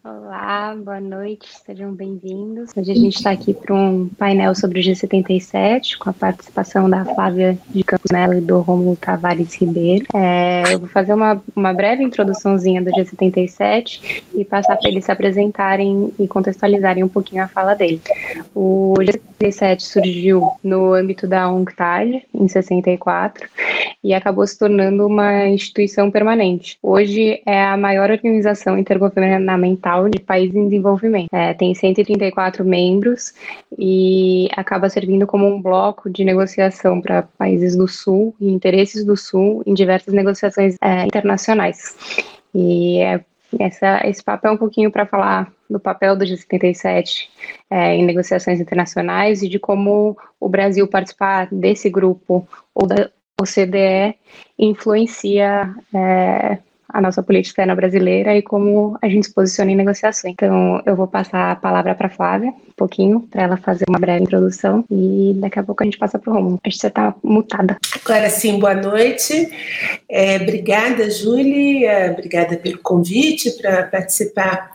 Olá, boa noite, sejam bem-vindos. Hoje a gente está aqui para um painel sobre o G77, com a participação da Flávia de Campos Melo e do Rômulo Tavares Ribeiro. Eu vou fazer uma breve introduçãozinha do G77 e passar para eles se apresentarem e contextualizarem um pouquinho a fala deles. O G77 surgiu no âmbito da UNCTAD, em 64, e acabou se tornando uma instituição permanente. Hoje é a maior organização intergovernamental de países em desenvolvimento. Tem 134 membros e acaba servindo como um bloco de negociação para países do Sul e interesses do Sul em diversas negociações internacionais. E esse papo é um pouquinho para falar do papel do G77 em negociações internacionais e de como o Brasil participar desse grupo ou da OCDE influencia a nossa política externa brasileira e como a gente se posiciona em negociações. Então, eu vou passar a palavra para a Flávia, um pouquinho, para ela fazer uma breve introdução e daqui a pouco a gente passa para o Rômulo. Acho que você está mutada. Agora sim, boa noite. Obrigada, Júlia, obrigada pelo convite para participar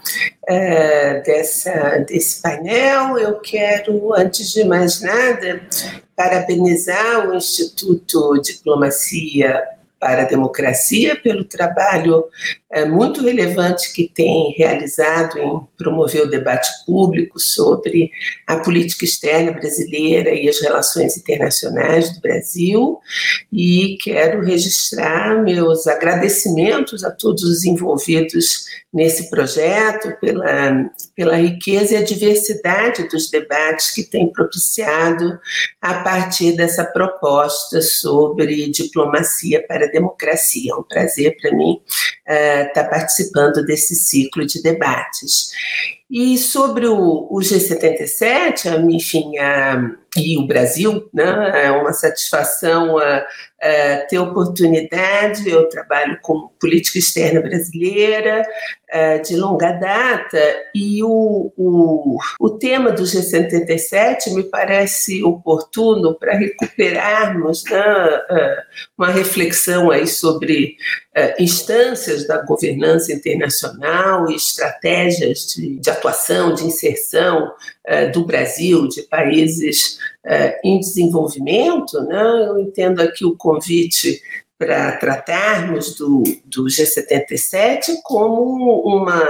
desse painel. Eu quero, antes de mais nada, parabenizar o Instituto Diplomacia para a Democracia pelo trabalho muito relevante que tem realizado em promover o debate público sobre a política externa brasileira e as relações internacionais do Brasil, e quero registrar meus agradecimentos a todos os envolvidos nesse projeto pela riqueza e a diversidade dos debates que tem propiciado a partir dessa proposta sobre diplomacia para a democracia. É um prazer para mim estar participando desse ciclo de debates. E sobre o G77, enfim, e o Brasil, né, é uma satisfação ter oportunidade. Eu trabalho com política externa brasileira de longa data, e o tema do G77 me parece oportuno para recuperarmos, né, uma reflexão aí sobre instâncias da governança internacional e estratégias de atuação, de inserção do Brasil, de países em desenvolvimento, né? Eu entendo aqui o convite para tratarmos do G77 como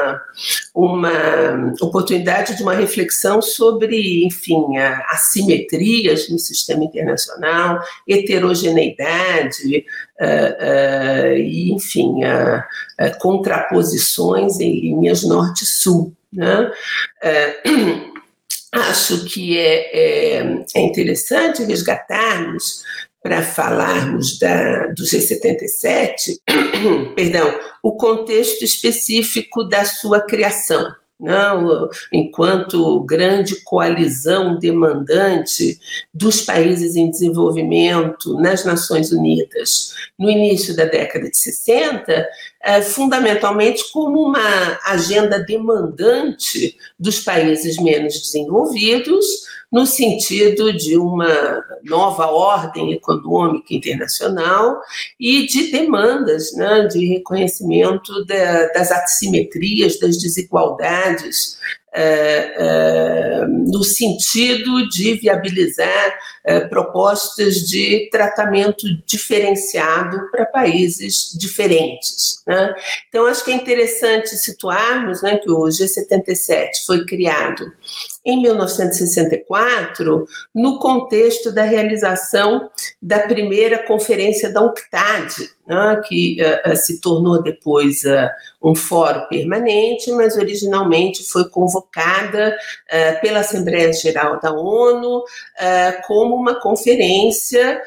uma oportunidade de uma reflexão sobre, enfim, assimetrias no sistema internacional, heterogeneidade e, enfim, contraposições em linhas norte-sul, né? Acho que é interessante resgatarmos, para falarmos do G77, perdão, o contexto específico da sua criação, não, enquanto grande coalizão demandante dos países em desenvolvimento nas Nações Unidas no início da década de 60, fundamentalmente como uma agenda demandante dos países menos desenvolvidos, no sentido de uma nova ordem econômica internacional e de demandas, né, de reconhecimento das assimetrias, das desigualdades, no sentido de viabilizar propostas de tratamento diferenciado para países diferentes, né? Então, acho que é interessante situarmos, né, que o G77 foi criado em 1964, no contexto da realização da primeira conferência da UNCTAD, né, que se tornou depois um fórum permanente, mas originalmente foi convocada pela Assembleia Geral da ONU como uma conferência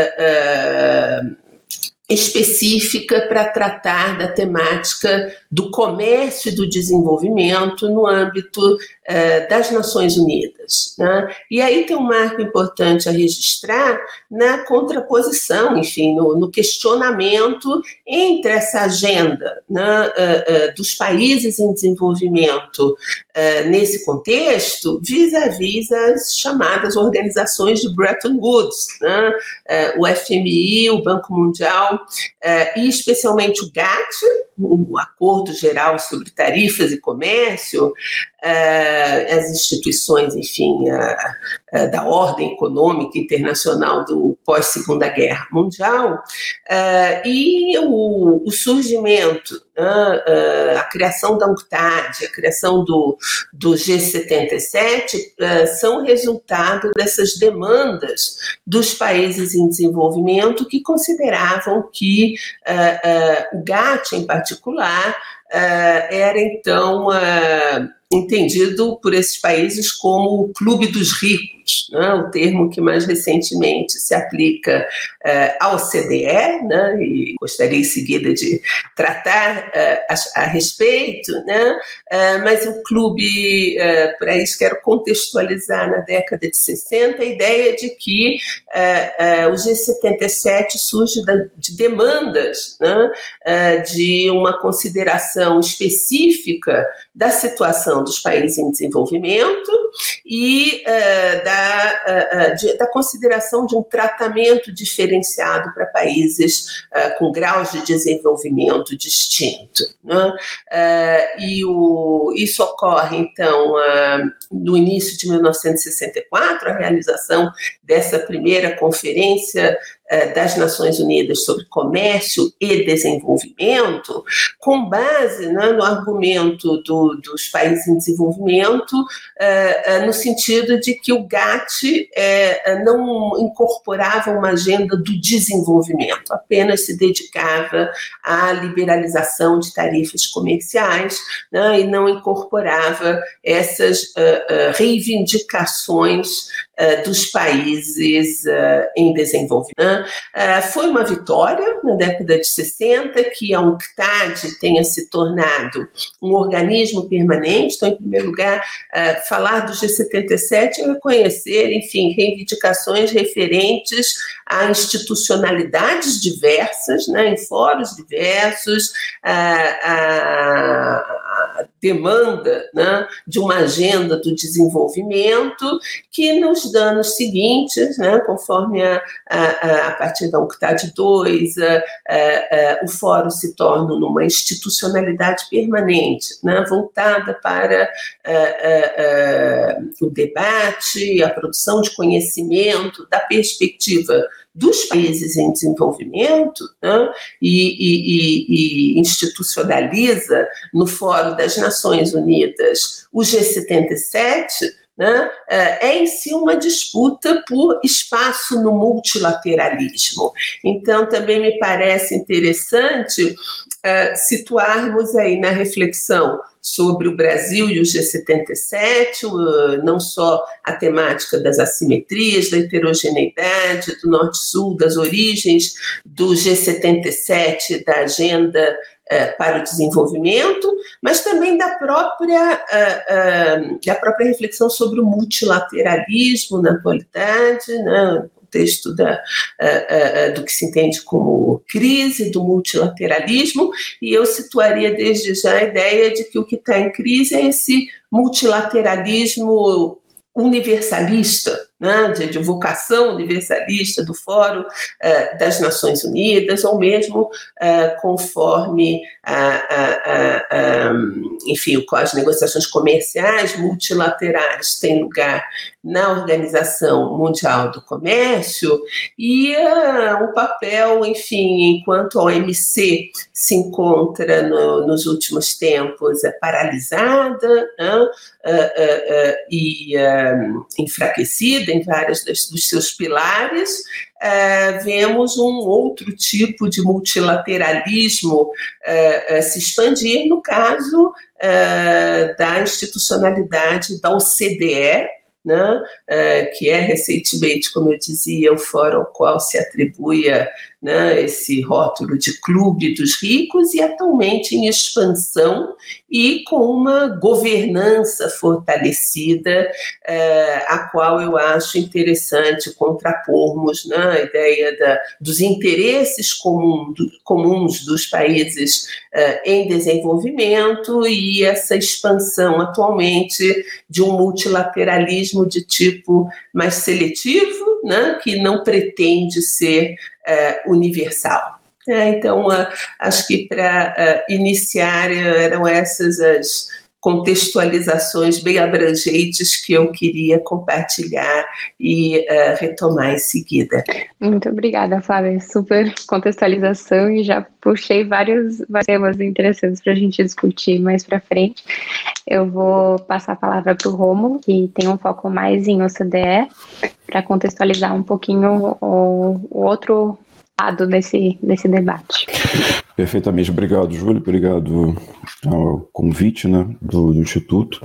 específica para tratar da temática do comércio e do desenvolvimento no âmbito das Nações Unidas, né? E aí tem um marco importante a registrar na contraposição, enfim, no questionamento entre essa agenda, né, dos países em desenvolvimento nesse contexto, vis-à-vis as chamadas organizações de Bretton Woods, né? O FMI, o Banco Mundial e especialmente o GATT, o Acordo Geral sobre Tarifas e Comércio, as instituições, enfim, da ordem econômica internacional do pós-Segunda Guerra Mundial, e o surgimento, a criação da UNCTAD, a criação do G77, são resultado dessas demandas dos países em desenvolvimento que consideravam que o GATT, em particular, era, então, entendido por esses países como o Clube dos Ricos, né? O termo que mais recentemente se aplica à OCDE, né? E gostaria em seguida de tratar a respeito, né? Mas o clube, para isso quero contextualizar na década de 60 a ideia de que o G77 surge de demandas, né? De uma consideração específica da situação dos países em desenvolvimento e da consideração de um tratamento diferenciado para países com graus de desenvolvimento distinto, né? Isso ocorre, então, no início de 1964, a realização dessa primeira conferência das Nações Unidas sobre Comércio e Desenvolvimento, com base, né, no argumento dos países em desenvolvimento, no sentido de que o GATT não incorporava uma agenda do desenvolvimento, apenas se dedicava à liberalização de tarifas comerciais, né, e não incorporava essas reivindicações dos países em desenvolvimento. Foi uma vitória na década de 60 que a UNCTAD tenha se tornado um organismo permanente. Então, em primeiro lugar, falar do G77 é reconhecer, enfim, reivindicações referentes a institucionalidades diversas, né, em fóruns diversos, a demanda, né, de uma agenda do desenvolvimento que nos anos seguintes, né, conforme a partir da UNCTAD II, o fórum se torna uma institucionalidade permanente, né, voltada para o debate, a produção de conhecimento da perspectiva dos países em desenvolvimento, né, e institucionaliza no Fórum das Nações Unidas o G77, né, é em si uma disputa por espaço no multilateralismo. Então, também me parece interessante situarmos aí na reflexão sobre o Brasil e o G77, não só a temática das assimetrias, da heterogeneidade, do Norte-Sul, das origens do G77, da agenda para o desenvolvimento, mas também da própria reflexão sobre o multilateralismo na atualidade, né? Texto do que se entende como crise do multilateralismo, e eu situaria desde já a ideia de que o que está em crise é esse multilateralismo universalista, né, de vocação universalista do Fórum das Nações Unidas, ou mesmo conforme enfim, as negociações comerciais multilaterais têm lugar na Organização Mundial do Comércio, e o papel, enfim, enquanto a OMC se encontra nos últimos tempos paralisada, né, e enfraquecida em vários dos seus pilares, vemos um outro tipo de multilateralismo se expandir, no caso da institucionalidade da OCDE, né, que é recentemente, como eu dizia, o fórum ao qual se atribui né, esse rótulo de clube dos ricos, e atualmente em expansão e com uma governança fortalecida, a qual eu acho interessante contrapormos, né, a ideia dos interesses comuns dos países em desenvolvimento e essa expansão atualmente de um multilateralismo de tipo mais seletivo, né, que não pretende ser universal. Então, acho que para iniciar eram essas as contextualizações bem abrangentes que eu queria compartilhar e retomar em seguida. Muito obrigada, Flávia. Super contextualização e já puxei vários temas interessantes para a gente discutir mais para frente. Eu vou passar a palavra para o Rômulo, que tem um foco mais em OCDE, para contextualizar um pouquinho o outro lado desse debate. Perfeitamente. Obrigado, Júlio. Obrigado ao convite, né, do Instituto.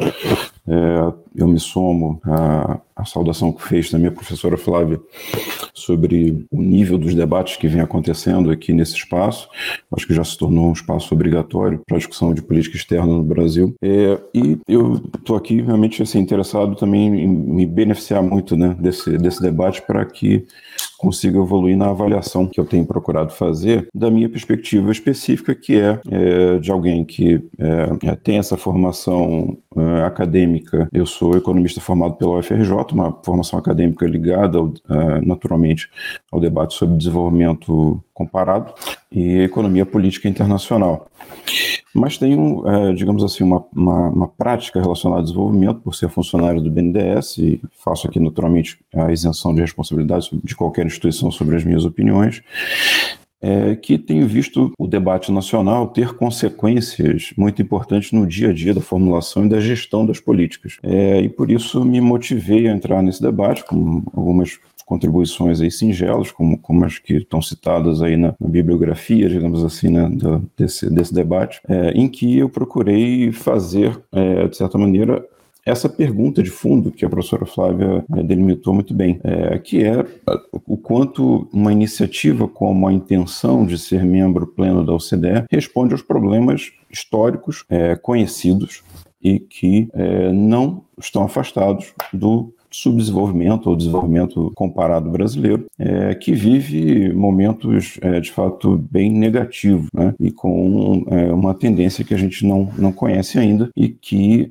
Eu me somo à saudação que fez da minha professora Flávia sobre o nível dos debates que vem acontecendo aqui nesse espaço. Acho que já se tornou um espaço obrigatório para a discussão de política externa no Brasil. E eu estou aqui realmente assim, interessado também em me beneficiar muito, né, desse debate para que consiga evoluir na avaliação que eu tenho procurado fazer da minha perspectiva específica, que é de alguém que tem essa formação acadêmica. Eu sou economista formado pela UFRJ, uma formação acadêmica ligada, naturalmente, ao debate sobre desenvolvimento comparado e economia política internacional. Mas tenho, digamos assim, uma prática relacionada ao desenvolvimento, por ser funcionário do BNDES, e faço aqui, naturalmente, a isenção de responsabilidade de qualquer instituição sobre as minhas opiniões, que tenho visto o debate nacional ter consequências muito importantes no dia a dia da formulação e da gestão das políticas. E por isso me motivei a entrar nesse debate com algumas contribuições aí singelas, como as que estão citadas aí na bibliografia, digamos assim, né, desse debate, em que eu procurei fazer, de certa maneira, essa pergunta de fundo que a professora Flávia delimitou muito bem, que é o quanto uma iniciativa como a intenção de ser membro pleno da OCDE responde aos problemas históricos conhecidos e que não estão afastados do subdesenvolvimento ou desenvolvimento comparado brasileiro, que vive momentos, de fato, bem negativos, né? E com uma tendência que a gente não conhece ainda e que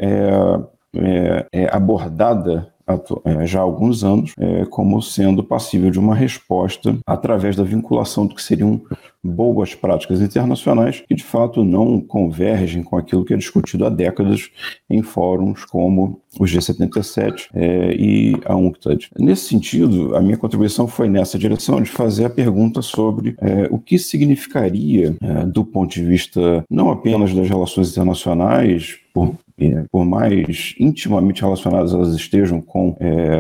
é abordada já há alguns anos como sendo passível de uma resposta através da vinculação do que seriam boas práticas internacionais que de fato não convergem com aquilo que é discutido há décadas em fóruns como o G77 e a UNCTAD. Nesse sentido, a minha contribuição foi nessa direção de fazer a pergunta sobre o que significaria, do ponto de vista não apenas das relações internacionais, por mais intimamente relacionadas elas estejam com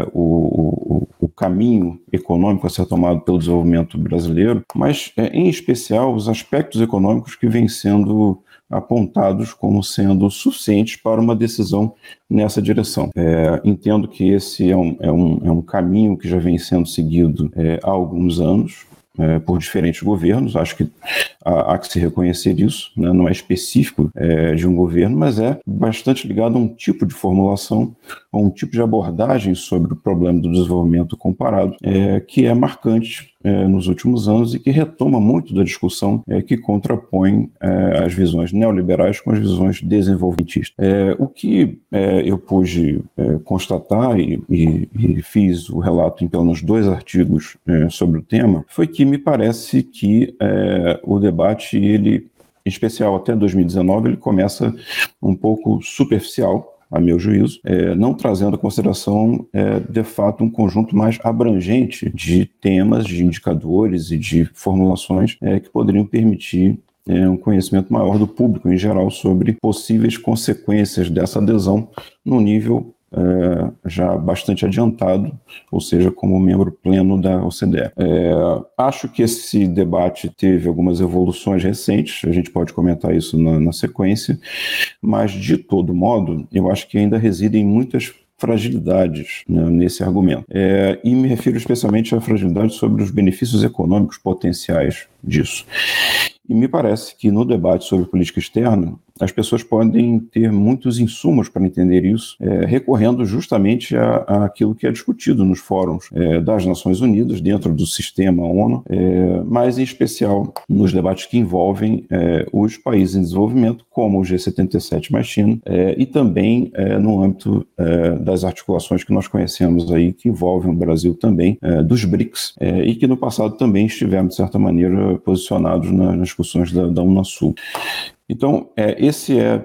o caminho econômico a ser tomado pelo desenvolvimento brasileiro, mas em especial os aspectos econômicos que vêm sendo apontados como sendo suficientes para uma decisão nessa direção. Entendo que esse é um caminho que já vem sendo seguido há alguns anos, por diferentes governos. Acho que há que se reconhecer isso, né? Não é específico de um governo, mas é bastante ligado a um tipo de formulação, a um tipo de abordagem sobre o problema do desenvolvimento comparado, que é marcante nos últimos anos e que retoma muito da discussão que contrapõe as visões neoliberais com as visões desenvolvimentistas. O que eu pude constatar e fiz o relato em pelo menos 2 artigos sobre o tema, foi que me parece que o debate, ele, em especial até 2019, ele começa um pouco superficial, a meu juízo, não trazendo à consideração, de fato, um conjunto mais abrangente de temas, de indicadores e de formulações que poderiam permitir um conhecimento maior do público em geral sobre possíveis consequências dessa adesão no nível já bastante adiantado, ou seja, como membro pleno da OCDE. Acho que esse debate teve algumas evoluções recentes, a gente pode comentar isso na sequência, mas, de todo modo, eu acho que ainda residem muitas fragilidades, né, nesse argumento. E me refiro especialmente à fragilidade sobre os benefícios econômicos potenciais disso. E me parece que no debate sobre política externa, as pessoas podem ter muitos insumos para entender isso, recorrendo justamente àquilo que é discutido nos fóruns das Nações Unidas, dentro do sistema ONU, mas em especial nos debates que envolvem os países em desenvolvimento, como o G77 mais China, e também no âmbito das articulações que nós conhecemos aí, que envolvem o Brasil também, dos BRICS, e que no passado também estivemos, de certa maneira, posicionados nas discussões da Unasul. Então, esse é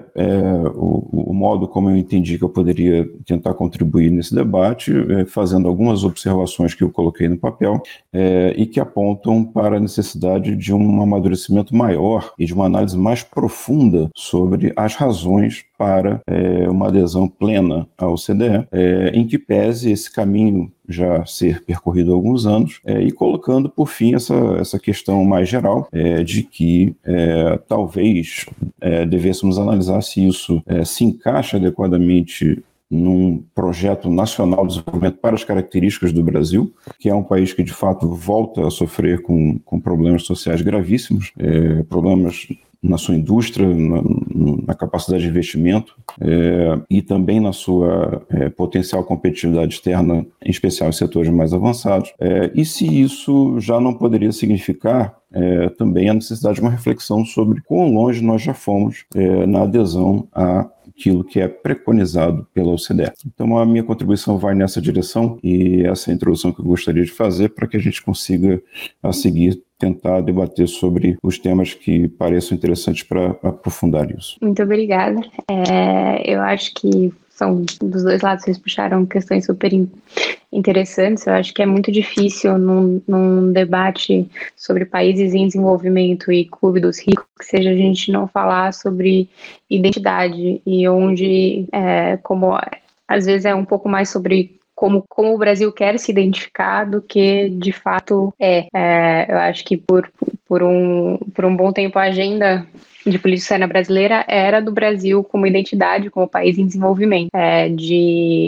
o modo como eu entendi que eu poderia tentar contribuir nesse debate, fazendo algumas observações que eu coloquei no papel e que apontam para a necessidade de um amadurecimento maior e de uma análise mais profunda sobre as razões para uma adesão plena à OCDE, em que pese esse caminho já ser percorrido há alguns anos, e colocando, por fim, essa questão mais geral de que talvez devêssemos analisar se isso se encaixa adequadamente num projeto nacional de desenvolvimento para as características do Brasil, que é um país que, de fato, volta a sofrer com problemas sociais gravíssimos, problemas na sua indústria, na capacidade de investimento e também na sua potencial competitividade externa, em especial em setores mais avançados. E se isso já não poderia significar também a necessidade de uma reflexão sobre quão longe nós já fomos na adesão àquilo que é preconizado pela OCDE. Então, a minha contribuição vai nessa direção e essa é a introdução que eu gostaria de fazer para que a gente consiga, a seguir, tentar debater sobre os temas que pareçam interessantes para aprofundar isso. Muito obrigada. Eu acho que são dos dois lados, vocês puxaram questões super interessantes. Eu acho que é muito difícil num debate sobre países em desenvolvimento e Clube dos Ricos, que seja a gente não falar sobre identidade e onde, como às vezes é um pouco mais sobre como o Brasil quer se identificar do que de fato eu acho que por um bom tempo a agenda de política externa brasileira era do Brasil como identidade, como país em desenvolvimento, de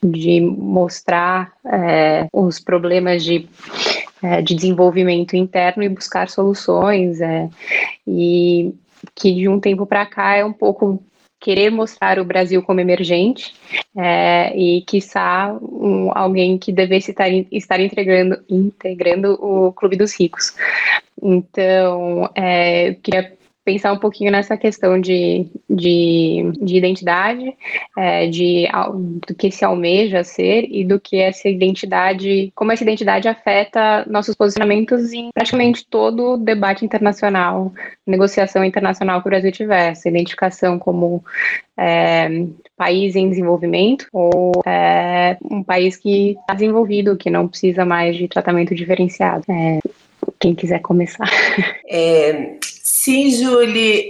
mostrar os problemas de desenvolvimento interno e buscar soluções, e que de um tempo para cá é um pouco querer mostrar o Brasil como emergente e, quiçá, alguém que devesse estar integrando o Clube dos Ricos. Então, eu queria pensar um pouquinho nessa questão de identidade, do que se almeja ser e do que essa identidade, como essa identidade afeta nossos posicionamentos em praticamente todo o debate internacional, negociação internacional que o Brasil tiver, essa identificação como país em desenvolvimento ou um país que está desenvolvido, que não precisa mais de tratamento diferenciado. Quem quiser começar. Sim, Julie,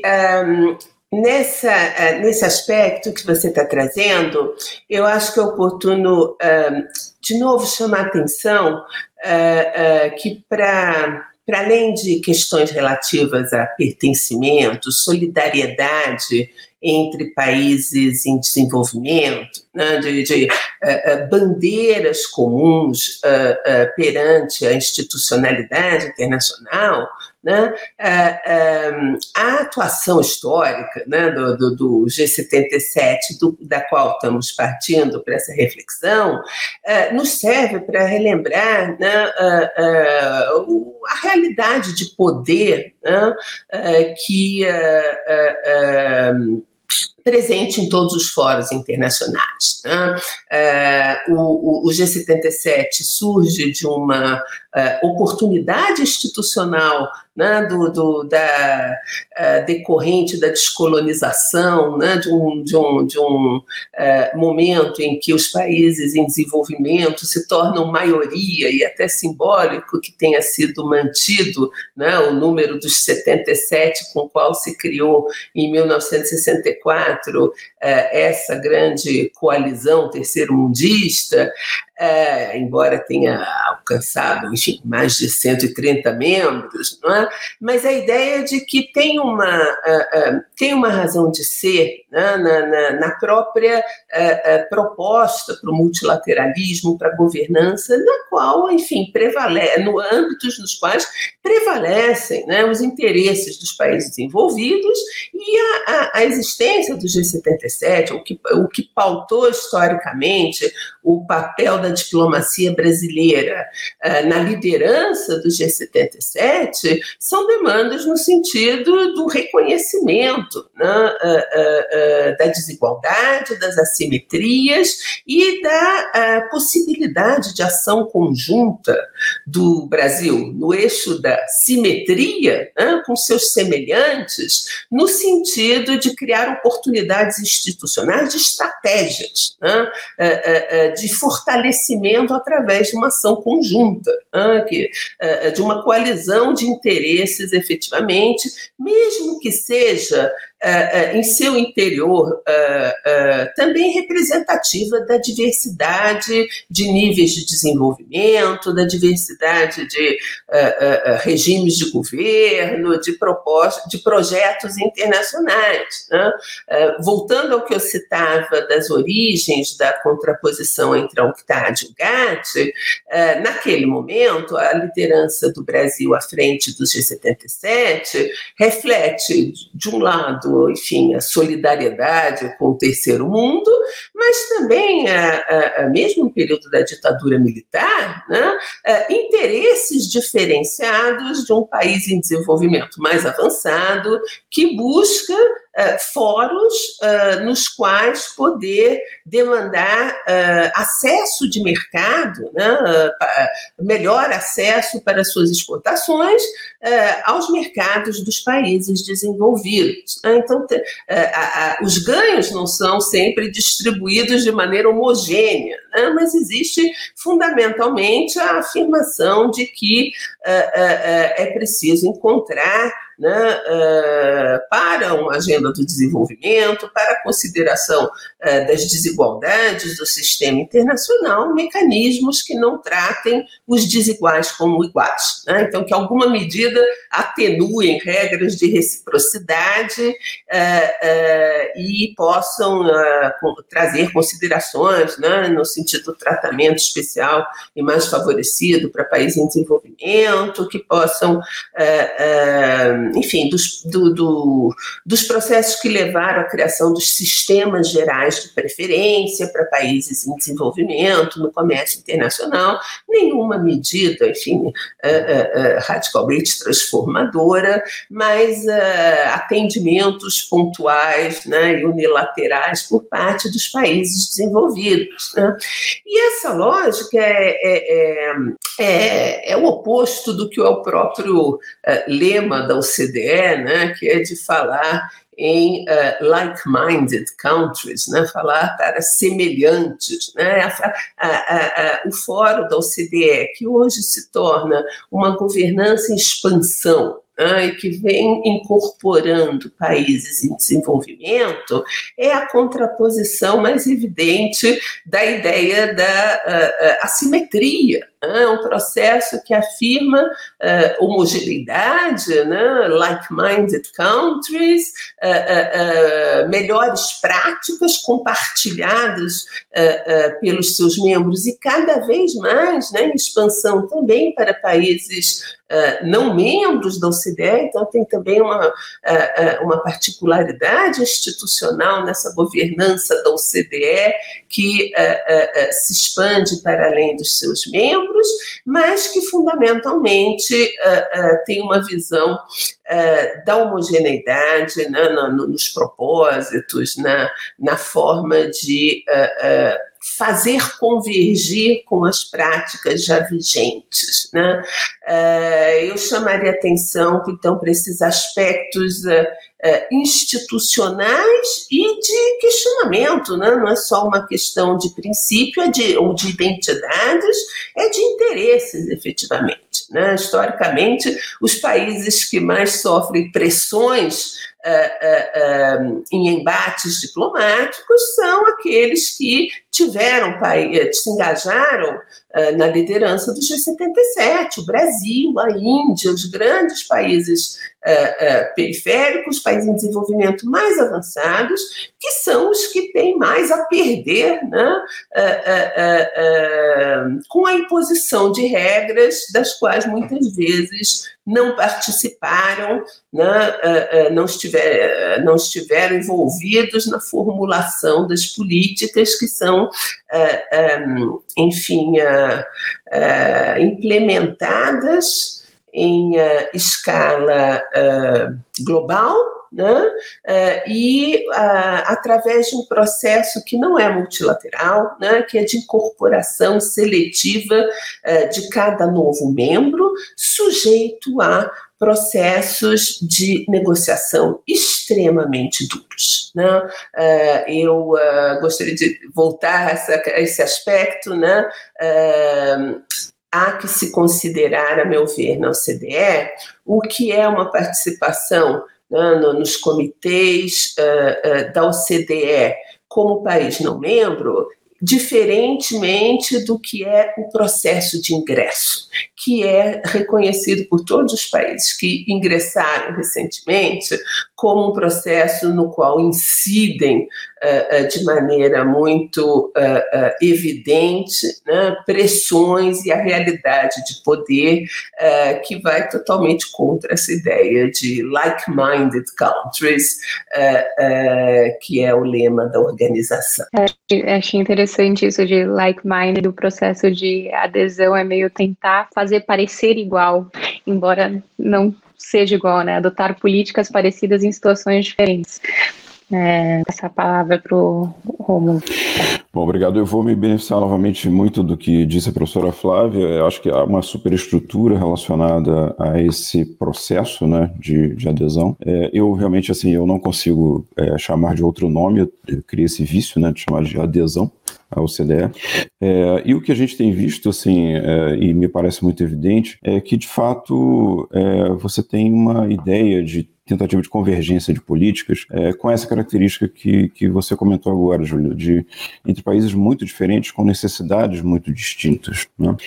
nesse aspecto que você está trazendo, eu acho que é oportuno, de novo, chamar a atenção que para além de questões relativas a pertencimento, solidariedade entre países em desenvolvimento, né, de bandeiras comuns perante a institucionalidade internacional, né, a atuação histórica, né, do G77, da qual estamos partindo para essa reflexão, nos serve para relembrar, né, a realidade de poder, né, que presente em todos os fóruns internacionais, né? O G77 surge de uma oportunidade institucional, né, decorrente da descolonização, né, de um momento em que os países em desenvolvimento se tornam maioria, e até simbólico que tenha sido mantido, né, o número dos 77 com o qual se criou em 1964 essa grande coalizão terceiro-mundista, embora tenha alcançado, enfim, enfim, mais de 130 membros, não é? Mas a ideia de que tem uma razão de ser, né, na própria proposta para o multilateralismo, para a governança, na qual, enfim, no âmbitos nos quais prevalecem, né, os interesses dos países envolvidos e a existência do G77, o que pautou historicamente o papel da diplomacia brasileira na liderança do G77, são demandas no sentido do reconhecimento, né, da desigualdade, das assimetrias e da possibilidade de ação conjunta do Brasil no eixo da simetria, né, com seus semelhantes, no sentido de criar oportunidades institucionais de estratégias, né, de fortalecimento através de uma ação conjunta, de uma coalizão de interesses, efetivamente, mesmo que seja em seu interior também representativa da diversidade de níveis de desenvolvimento, da diversidade de regimes de governo, de projetos internacionais, né? Voltando ao que eu citava das origens da contraposição entre a UNCTAD e o GATT, naquele momento, a liderança do Brasil à frente do G77 reflete, de um lado, enfim, a solidariedade com o terceiro mundo, mas também, mesmo no período da ditadura militar, né, interesses diferenciados de um país em desenvolvimento mais avançado que busca fóruns nos quais poder demandar acesso de mercado, né, melhor acesso para suas exportações aos mercados dos países desenvolvidos. Então, os ganhos não são sempre distribuídos de maneira homogênea, né, mas existe fundamentalmente a afirmação de que é preciso encontrar, né, para uma agenda do desenvolvimento, para a consideração das desigualdades do sistema internacional, mecanismos que não tratem os desiguais como iguais, né? Então, que alguma medida atenuem regras de reciprocidade e possam trazer considerações, né, no sentido do tratamento especial e mais favorecido para países em desenvolvimento, que possam enfim, dos processos que levaram à criação dos sistemas gerais de preferência para países em desenvolvimento, no comércio internacional, nenhuma medida, enfim, radicalmente transformadora, mas atendimentos pontuais, né, e unilaterais por parte dos países desenvolvidos, né? E essa lógica é o oposto do que é o próprio lema da OCDE, né, que é de falar em like-minded countries, né, falar para semelhantes, né, o Fórum da OCDE, que hoje se torna uma governança em expansão, e que vem incorporando países em desenvolvimento, é a contraposição mais evidente da ideia da assimetria. É um processo que afirma homogeneidade, né, like-minded countries, melhores práticas compartilhadas pelos seus membros e cada vez mais, né, em expansão também para países não membros da OCDE. Então tem também uma particularidade institucional nessa governança da OCDE que se expande para além dos seus membros, mas que fundamentalmente tem uma visão da homogeneidade, né, nos propósitos, na forma de fazer convergir com as práticas já vigentes, né? Eu chamaria atenção, então, para esses aspectos institucionais e de questionamento, né? Não é só uma questão de princípio ou de identidades, é de interesses, efetivamente. Né? Historicamente, os países que mais sofrem pressões em embates diplomáticos são aqueles que se engajaram na liderança do G77, o Brasil, a Índia, os grandes países periféricos, países em desenvolvimento mais avançados, que são os que têm mais a perder, né, com a imposição de regras das quais muitas vezes não participaram, né, não estiveram envolvidos na formulação das políticas que são, enfim, implementadas em escala global, né? E através de um processo que não é multilateral, né? Que é de incorporação seletiva de cada novo membro, sujeito a processos de negociação extremamente duros. Né? Eu gostaria de voltar a esse aspecto, né? Há que se considerar, a meu ver, na OCDE, o que é uma participação, né, nos comitês da OCDE como país não membro, diferentemente do que é o processo de ingresso, que é reconhecido por todos os países que ingressaram recentemente como um processo no qual incidem de maneira muito evidente, né, pressões e a realidade de poder que vai totalmente contra essa ideia de like-minded countries, que é o lema da organização. Achei interessante isso de like-minded, o processo de adesão é meio tentar fazer parecer igual, embora não seja igual, né? Adotar políticas parecidas em situações diferentes. Essa palavra para o Rômulo. Bom, obrigado. Eu vou me beneficiar novamente muito do que disse a professora Flávia. Eu acho que há uma superestrutura relacionada a esse processo, né, de adesão. Eu realmente, assim, eu não consigo chamar de outro nome, eu criei esse vício, né, de chamar de adesão à OCDE. E o que a gente tem visto, assim, e me parece muito evidente, é que, de fato, você tem uma ideia de tentativa de convergência de políticas com essa característica que você comentou agora, Júlio, entre países muito diferentes, com necessidades muito distintas, né?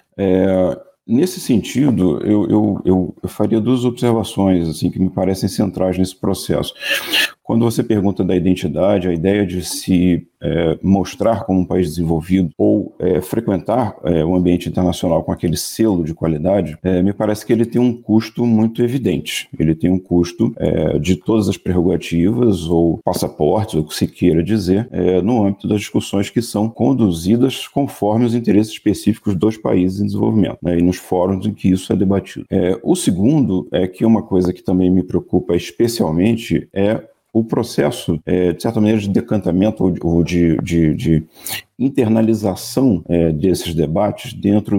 Nesse sentido, eu faria duas observações assim, que me parecem centrais nesse processo. Quando você pergunta da identidade, a ideia de se mostrar como um país desenvolvido ou frequentar o ambiente internacional com aquele selo de qualidade, me parece que ele tem um custo muito evidente. Ele tem um custo de todas as prerrogativas ou passaportes, ou o que se queira dizer, no âmbito das discussões que são conduzidas conforme os interesses específicos dos países em desenvolvimento, né, e nos fóruns em que isso é debatido. O segundo é que uma coisa que também me preocupa especialmente é o processo, de certa maneira, de decantamento ou de internalização desses debates dentro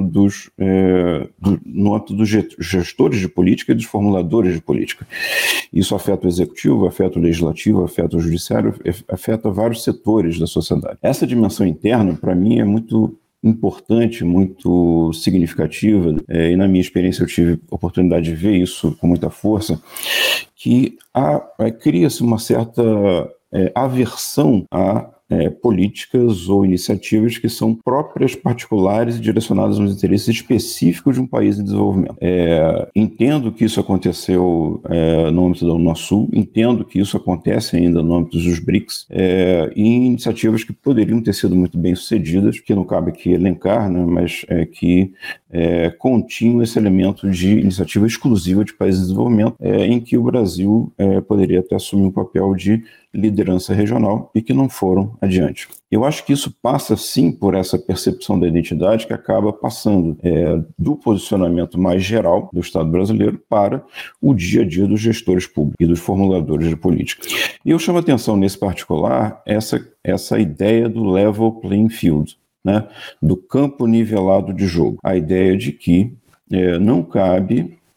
no âmbito dos gestores de política e dos formuladores de política. Isso afeta o executivo, afeta o legislativo, afeta o judiciário, afeta vários setores da sociedade. Essa dimensão interna, para mim, é muito importante, muito significativa, e na minha experiência eu tive a oportunidade de ver isso com muita força, que cria-se uma certa aversão a políticas ou iniciativas que são próprias, particulares e direcionadas aos interesses específicos de um país em desenvolvimento. Entendo que isso aconteceu no âmbito da Unasul, entendo que isso acontece ainda no âmbito dos BRICS, e iniciativas que poderiam ter sido muito bem sucedidas, que não cabe aqui elencar, né, mas que continham esse elemento de iniciativa exclusiva de países em desenvolvimento, em que o Brasil poderia até assumir um papel de liderança regional e que não foram adiante. Eu acho que isso passa, sim, por essa percepção da identidade que acaba passando do posicionamento mais geral do Estado brasileiro para o dia a dia dos gestores públicos e dos formuladores de política. E eu chamo a atenção, nesse particular, essa ideia do level playing field, né, do campo nivelado de jogo. A ideia de que não cabe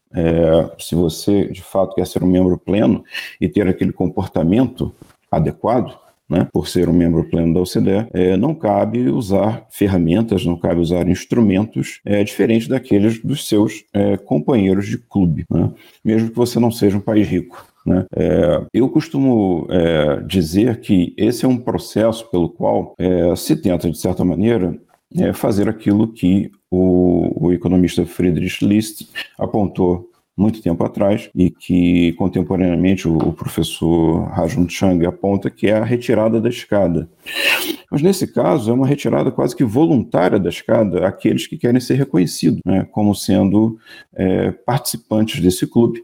se você de fato quer ser um membro pleno e ter aquele comportamento adequado, né, por ser um membro pleno da OCDE, não cabe usar ferramentas, não cabe usar instrumentos diferentes daqueles dos seus companheiros de clube, né, mesmo que você não seja um país rico. Né? Eu costumo dizer que esse é um processo pelo qual se tenta, de certa maneira, fazer aquilo que o economista Friedrich List apontou muito tempo atrás e que contemporaneamente o professor Rajun Chang aponta, que é a retirada da escada. Mas nesse caso é uma retirada quase que voluntária da escada àqueles que querem ser reconhecidos, né, como sendo participantes desse clube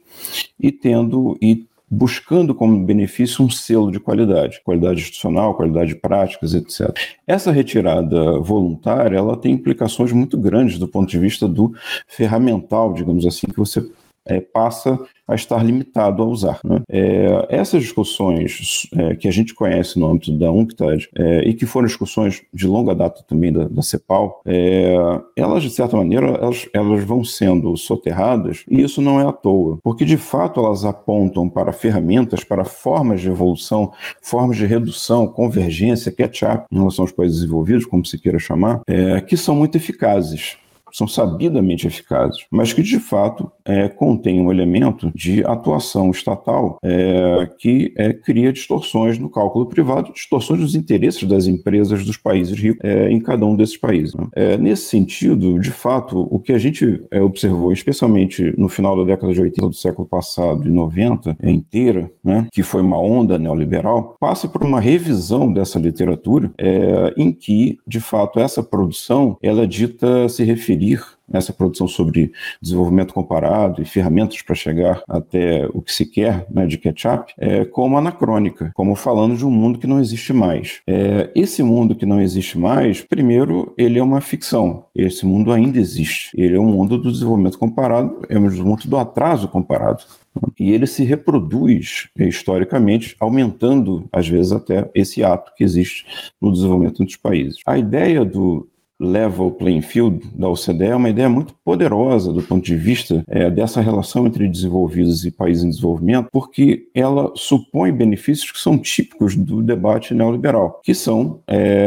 e buscando como benefício um selo de qualidade institucional, qualidade de práticas, etc. Essa retirada voluntária, ela tem implicações muito grandes do ponto de vista do ferramental, digamos assim, que você passa a estar limitado a usar. Né? Essas discussões que a gente conhece no âmbito da UNCTAD e que foram discussões de longa data também da CEPAL, elas, de certa maneira, elas vão sendo soterradas, e isso não é à toa, porque, de fato, elas apontam para ferramentas, para formas de evolução, formas de redução, convergência, catch-up em relação aos países desenvolvidos, como se queira chamar, que são muito eficazes. São sabidamente eficazes, mas que, de fato, contém um elemento de atuação estatal que cria distorções no cálculo privado, distorções dos interesses das empresas dos países ricos em cada um desses países. Né? Nesse sentido, de fato, o que a gente observou, especialmente no final da década de 80 do século passado e 90 inteira, né, que foi uma onda neoliberal, passa por uma revisão dessa literatura em que, de fato, essa produção ela dita se referir essa produção sobre desenvolvimento comparado e ferramentas para chegar até o que se quer, né, de catch-up, como anacrônica, como falando de um mundo que não existe mais. Esse mundo que não existe mais, primeiro, ele é uma ficção. Esse mundo ainda existe. Ele é um mundo do desenvolvimento comparado, é um mundo do atraso comparado. E ele se reproduz historicamente, aumentando, às vezes, até esse ato que existe no desenvolvimento dos países. A ideia do level playing field da OCDE é uma ideia muito poderosa do ponto de vista dessa relação entre desenvolvidos e países em desenvolvimento, porque ela supõe benefícios que são típicos do debate neoliberal, que são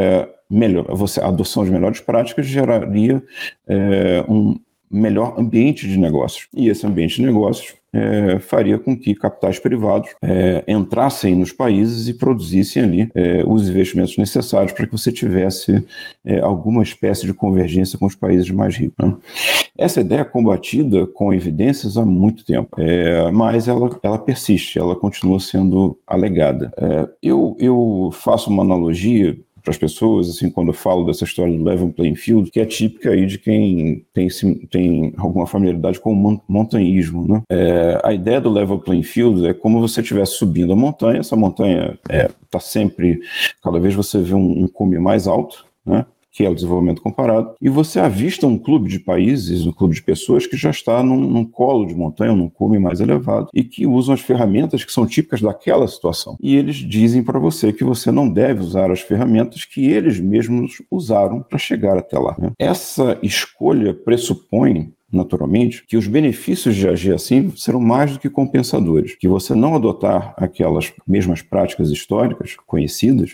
a adoção de melhores práticas geraria um melhor ambiente de negócios. E esse ambiente de negócios faria com que capitais privados entrassem nos países e produzissem ali os investimentos necessários para que você tivesse alguma espécie de convergência com os países mais ricos. Né? Essa ideia é combatida com evidências há muito tempo, mas ela persiste, ela continua sendo alegada. Eu faço uma analogia para as pessoas, assim, quando eu falo dessa história do level playing field, que é típica aí de quem tem alguma familiaridade com o montanhismo, né? A ideia do level playing field é como você estivesse subindo a montanha, essa montanha está sempre, cada vez você vê um cume mais alto, né? Que é o desenvolvimento comparado, e você avista um clube de países, um clube de pessoas que já está num colo de montanha, num cume mais elevado, e que usam as ferramentas que são típicas daquela situação. E eles dizem para você que você não deve usar as ferramentas que eles mesmos usaram para chegar até lá. Né? Essa escolha pressupõe, naturalmente, que os benefícios de agir assim serão mais do que compensadores, que você não adotar aquelas mesmas práticas históricas conhecidas,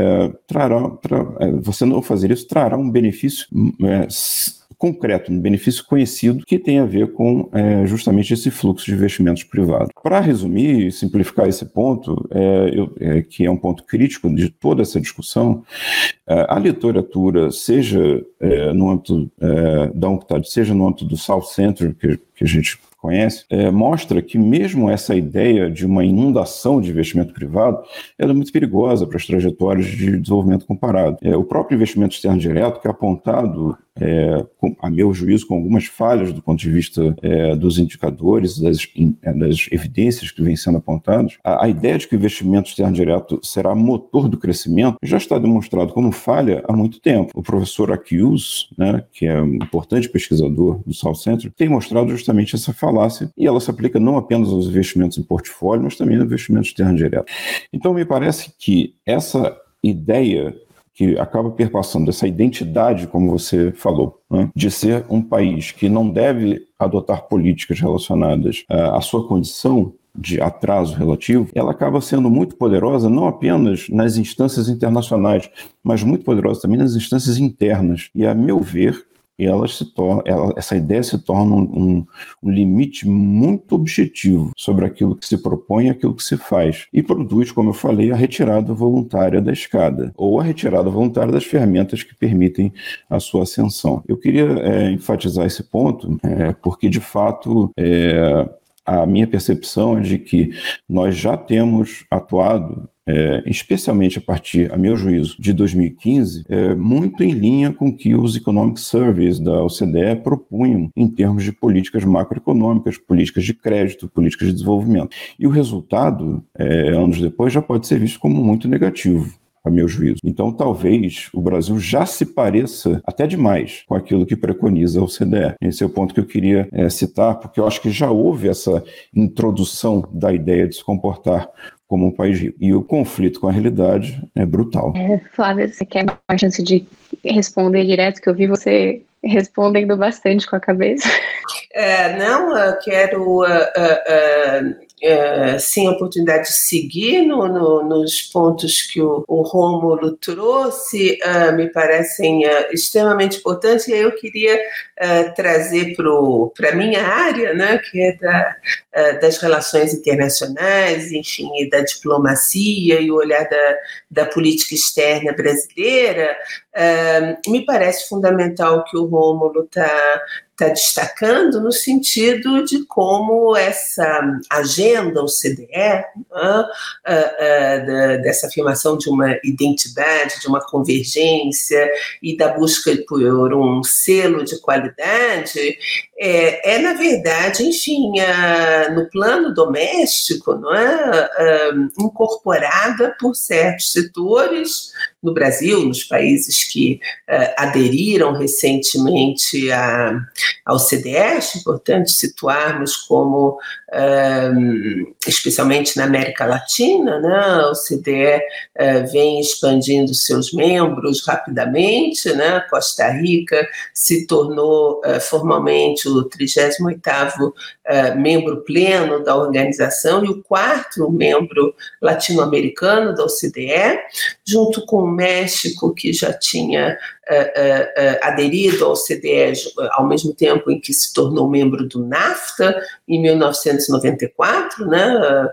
você não fazer isso trará um benefício concreto, um benefício conhecido que tem a ver com justamente esse fluxo de investimentos privados. Para resumir e simplificar esse ponto, que é um ponto crítico de toda essa discussão, a literatura, seja no âmbito da UNCTAD, seja no âmbito do South Centre, que a gente conhece, mostra que mesmo essa ideia de uma inundação de investimento privado ela é muito perigosa para as trajetórias de desenvolvimento comparado. O próprio investimento externo direto, que é apontado, a meu juízo, com algumas falhas do ponto de vista dos indicadores, das evidências que vêm sendo apontadas, a ideia de que o investimento externo direto será motor do crescimento já está demonstrado como falha há muito tempo. O professor Akius, né, que é um importante pesquisador do South Centre, tem mostrado justamente essa falácia, e ela se aplica não apenas aos investimentos em portfólio, mas também ao investimento externo direto. Então, me parece que essa ideia que acaba perpassando essa identidade, como você falou, né, de ser um país que não deve adotar políticas relacionadas à sua condição de atraso relativo, ela acaba sendo muito poderosa não apenas nas instâncias internacionais, mas muito poderosa também nas instâncias internas. E, a meu ver, essa ideia se torna um limite muito objetivo sobre aquilo que se propõe e aquilo que se faz. E produz, como eu falei, a retirada voluntária da escada, ou a retirada voluntária das ferramentas que permitem a sua ascensão. Eu queria enfatizar esse ponto, porque, de fato, a minha percepção é de que nós já temos atuado, especialmente a partir, a meu juízo, de 2015, muito em linha com o que os Economic Surveys da OCDE propunham em termos de políticas macroeconômicas, políticas de crédito, políticas de desenvolvimento. E o resultado, anos depois, já pode ser visto como muito negativo, a meu juízo. Então, talvez o Brasil já se pareça até demais com aquilo que preconiza a OCDE. Esse é o ponto que eu queria citar, porque eu acho que já houve essa introdução da ideia de se comportar como um país rico. E o conflito com a realidade é brutal. Flávia, você quer uma chance de responder direto, que eu vi você respondendo bastante com a cabeça? Não, eu quero sim a oportunidade de seguir nos pontos que o Rômulo trouxe, me parecem extremamente importantes, e aí eu queria trazer para a minha área, né, que é das relações internacionais, enfim, e da diplomacia e o olhar da política externa brasileira. Me parece fundamental que o Rômulo está destacando no sentido de como essa agenda OCDE, dessa afirmação de uma identidade, de uma convergência e da busca por um selo de qualidade, na verdade, enfim, no plano doméstico, não é? Incorporada por certos setores no Brasil, nos países que aderiram recentemente ao OCDE. É importante situarmos como, especialmente na América Latina, né, a OCDE vem expandindo seus membros rapidamente, né? Costa Rica se tornou formalmente o 38º membro pleno da organização e o 4º membro latino-americano da OCDE, junto com o México, que já tinha aderido ao OCDE ao mesmo tempo em que se tornou membro do NAFTA, em 1994, né,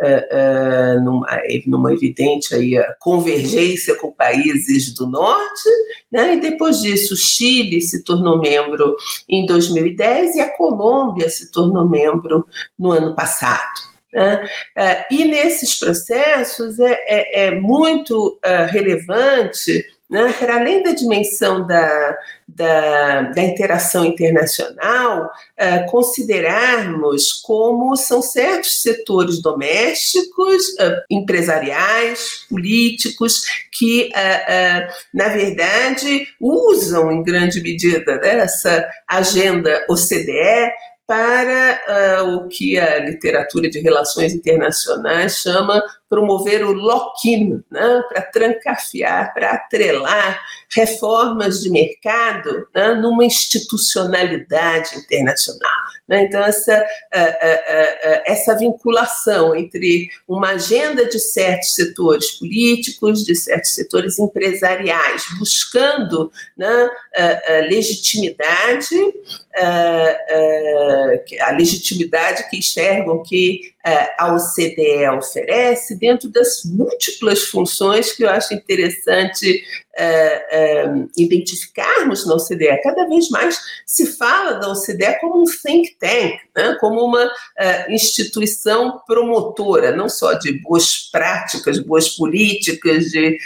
numa evidente aí, convergência com países do Norte, né, e depois disso o Chile se tornou membro em 2010 e a Colômbia se tornou membro no ano passado. E nesses processos é muito relevante, né, para além da dimensão da interação internacional, considerarmos como são certos setores domésticos, empresariais, políticos, que, na verdade, usam em grande medida dessa agenda OCDE para o que a literatura de relações internacionais chama promover o lock-in, né, para trancafiar, para atrelar reformas de mercado, né, numa institucionalidade internacional. Né? Então, essa vinculação entre uma agenda de certos setores políticos, de certos setores empresariais, buscando, né, legitimidade, a legitimidade que enxergam que a OCDE oferece dentro das múltiplas funções que eu acho interessante identificarmos na OCDE. Cada vez mais se fala da OCDE como um think tank, né? Como uma instituição promotora, não só de boas práticas, boas políticas, de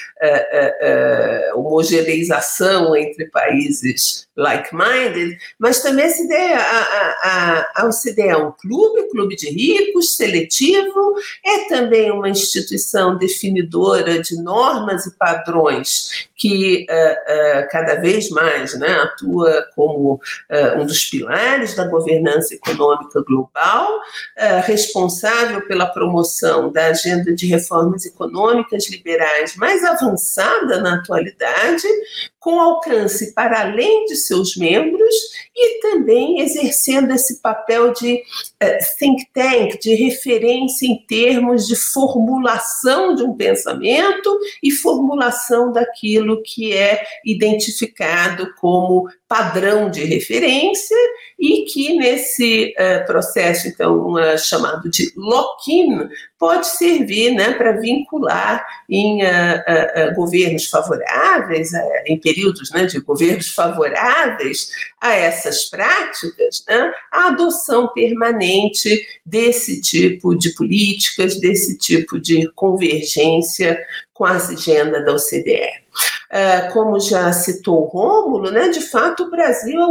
homogeneização entre países like-minded, mas também essa ideia, a OCDE é um clube de ricos, seletivo, é também uma instituição definidora de normas e padrões que cada vez mais, né, atua como um dos pilares da governança econômica global, responsável pela promoção da agenda de reformas econômicas liberais mais avançada na atualidade, com alcance para além de seus membros e também exercendo esse papel de think tank, de referência em termos de formulação de um pensamento e formulação daquilo que é identificado como padrão de referência e que nesse processo, então, chamado de lock-in, pode servir, né, para vincular em governos favoráveis, em períodos, né, de governos favoráveis a essas práticas, né, a adoção permanente desse tipo de políticas, desse tipo de convergência com a agenda da OCDE. Como já citou o Rômulo, né, de fato o Brasil é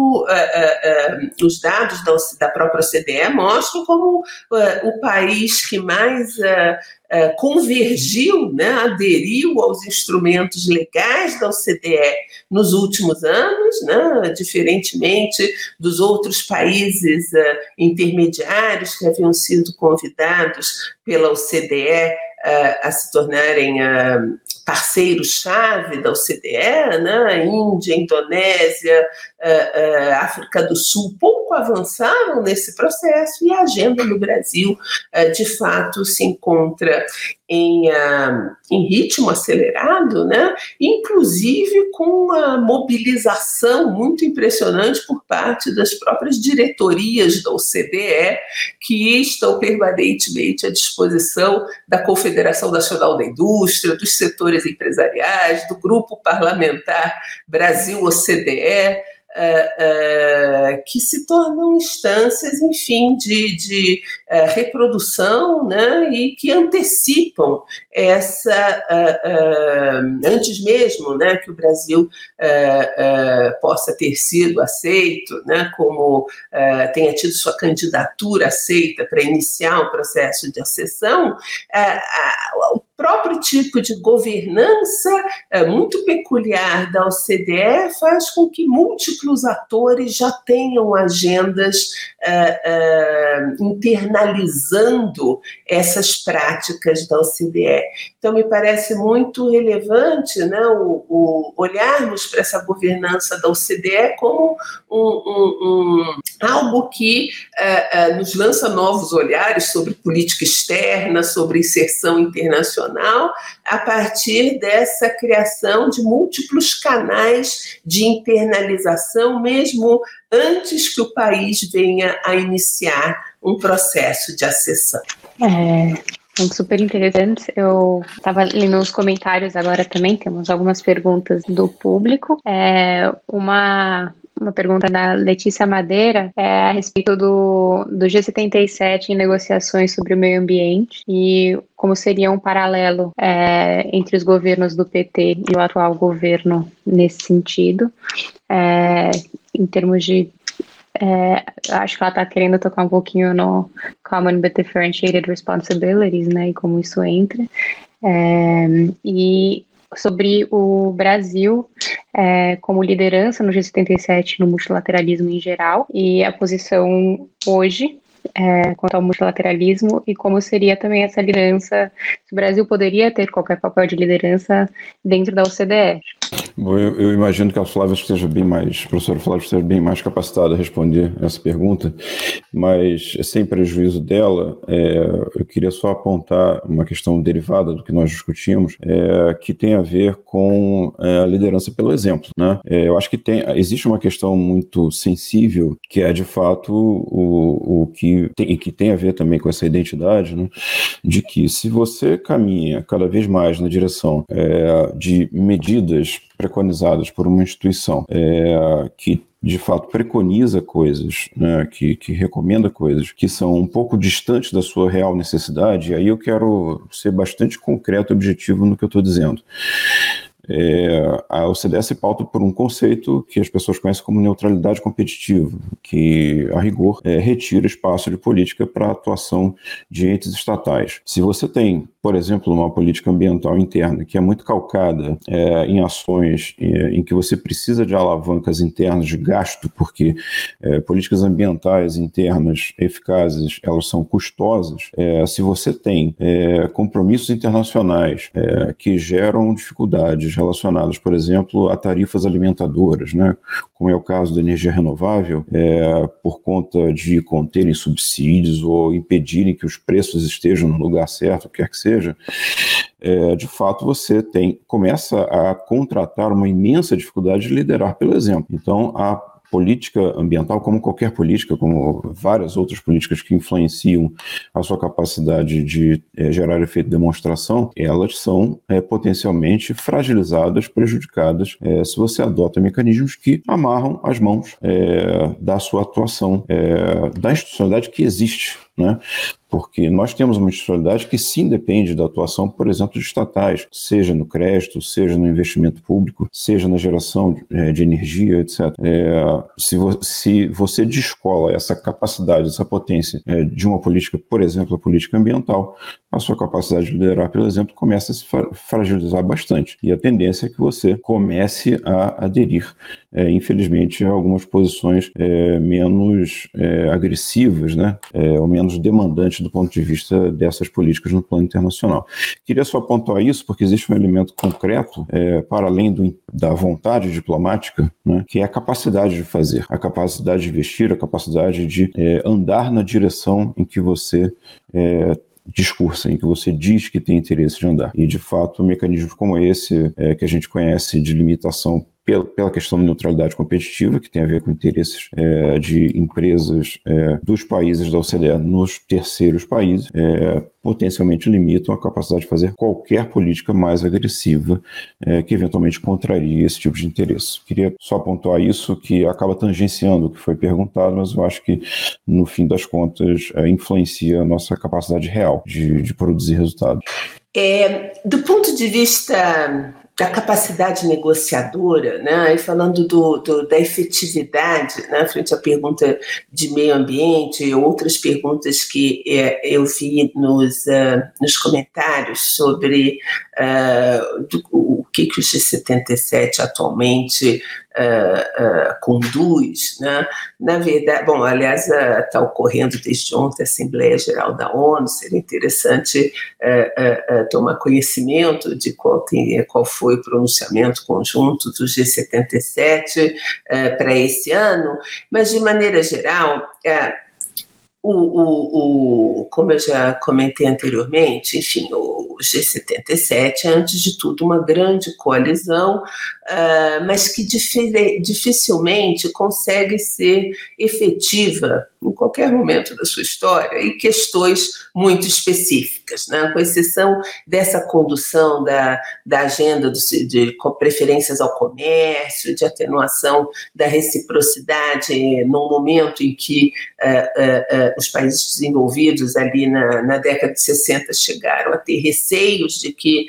os dados da própria OCDE mostram como o país que mais convergiu, né, aderiu aos instrumentos legais da OCDE nos últimos anos, né, diferentemente dos outros países intermediários que haviam sido convidados pela OCDE a se tornarem parceiros-chave da OCDE, né? Índia, Indonésia, África do Sul, pouco avançaram nesse processo e a agenda no Brasil, de fato, se encontra em ritmo acelerado, né? Inclusive com uma mobilização muito impressionante por parte das próprias diretorias da OCDE, que estão permanentemente à disposição da Confederação Nacional da Indústria, dos setores empresariais, do Grupo Parlamentar Brasil-OCDE, que se tornam instâncias, enfim, de reprodução, né, e que antecipam antes mesmo, né, que o Brasil possa ter sido aceito, né, como tenha tido sua candidatura aceita para iniciar um processo de acessão, o próprio tipo de governança muito peculiar da OCDE faz com que múltiplos atores já tenham agendas internalizando essas práticas da OCDE. Então, me parece muito relevante, né, olharmos para essa governança da OCDE como algo que nos lança novos olhares sobre política externa, sobre inserção internacional, a partir dessa criação de múltiplos canais de internalização, mesmo antes que o país venha a iniciar um processo de acessão. Super interessante. Eu estava lendo os comentários agora também, temos algumas perguntas do público. Uma pergunta da Letícia Madeira a respeito do G77 em negociações sobre o meio ambiente e como seria um paralelo entre os governos do PT e o atual governo nesse sentido, em termos de acho que ela está querendo tocar um pouquinho no Common but Differentiated Responsibilities, né, e como isso entra. E sobre o Brasil como liderança no G77, no multilateralismo em geral, e a posição hoje quanto ao multilateralismo e como seria também essa liderança, se o Brasil poderia ter qualquer papel de liderança dentro da OCDE. Bom, eu imagino que a professora Flávia esteja bem mais capacitada a responder essa pergunta, mas sem prejuízo dela, eu queria só apontar uma questão derivada do que nós discutimos, que tem a ver com a liderança pelo exemplo, né? Eu acho que existe uma questão muito sensível, que é de fato o que tem a ver também com essa identidade, né? De que se você caminha cada vez mais na direção de medidas preconizadas por uma instituição que de fato preconiza coisas, né, que recomenda coisas que são um pouco distantes da sua real necessidade, e aí eu quero ser bastante concreto e objetivo no que eu estou dizendo. A OCDE se pauta por um conceito que as pessoas conhecem como neutralidade competitiva, que, a rigor, retira espaço de política para a atuação de entes estatais. Se você tem por exemplo, uma política ambiental interna que é muito calcada em ações em que você precisa de alavancas internas de gasto, porque políticas ambientais internas eficazes, elas são custosas. Se você tem compromissos internacionais que geram dificuldades relacionadas, por exemplo, a tarifas alimentadoras, né, como é o caso da energia renovável, por conta de conterem subsídios ou impedirem que os preços estejam no lugar certo, o que quer que seja, de fato você começa a contratar uma imensa dificuldade de liderar pelo exemplo. Então, a política ambiental, como qualquer política, como várias outras políticas que influenciam a sua capacidade de gerar efeito de demonstração, elas são potencialmente fragilizadas, prejudicadas, se você adota mecanismos que amarram as mãos da sua atuação, da institucionalidade que existe, né? Porque nós temos uma institucionalidade que sim depende da atuação, por exemplo, de estatais, seja no crédito, seja no investimento público, seja na geração de energia, etc. Se você descola essa capacidade, essa potência de uma política, por exemplo, a política ambiental, a sua capacidade de liderar, pelo exemplo, começa a se fragilizar bastante. E a tendência é que você comece a aderir, infelizmente, a algumas posições menos agressivas, né? Ou menos demandantes do ponto de vista dessas políticas no plano internacional. Queria só pontuar isso porque existe um elemento concreto, para além da vontade diplomática, né, que é a capacidade de fazer, a capacidade de investir, a capacidade de andar na direção em que você discursa, em que você diz que tem interesse de andar. E, de fato, mecanismos como esse, que a gente conhece de limitação pela questão da neutralidade competitiva, que tem a ver com interesses de empresas dos países da OCDE nos terceiros países, potencialmente limitam a capacidade de fazer qualquer política mais agressiva que eventualmente contraria esse tipo de interesse. Queria só pontuar isso, que acaba tangenciando o que foi perguntado, mas eu acho que, no fim das contas, influencia a nossa capacidade real de produzir resultados. Do ponto de vista da capacidade negociadora, né, e falando da efetividade, né, frente à pergunta de meio ambiente e outras perguntas que eu vi nos comentários sobre o que o G77 atualmente conduz, né? Na verdade, bom, aliás, está ocorrendo desde ontem a Assembleia Geral da ONU, seria interessante tomar conhecimento de qual foi o pronunciamento conjunto do G77 para esse ano, mas, de maneira geral, como eu já comentei anteriormente, enfim, o G77 é, antes de tudo, uma grande coalizão, mas que dificilmente consegue ser efetiva em qualquer momento da sua história, em questões muito específicas, né? Com exceção dessa condução da agenda com preferências ao comércio, de atenuação da reciprocidade, num momento em que os países desenvolvidos ali na década de 60 chegaram a ter receios de que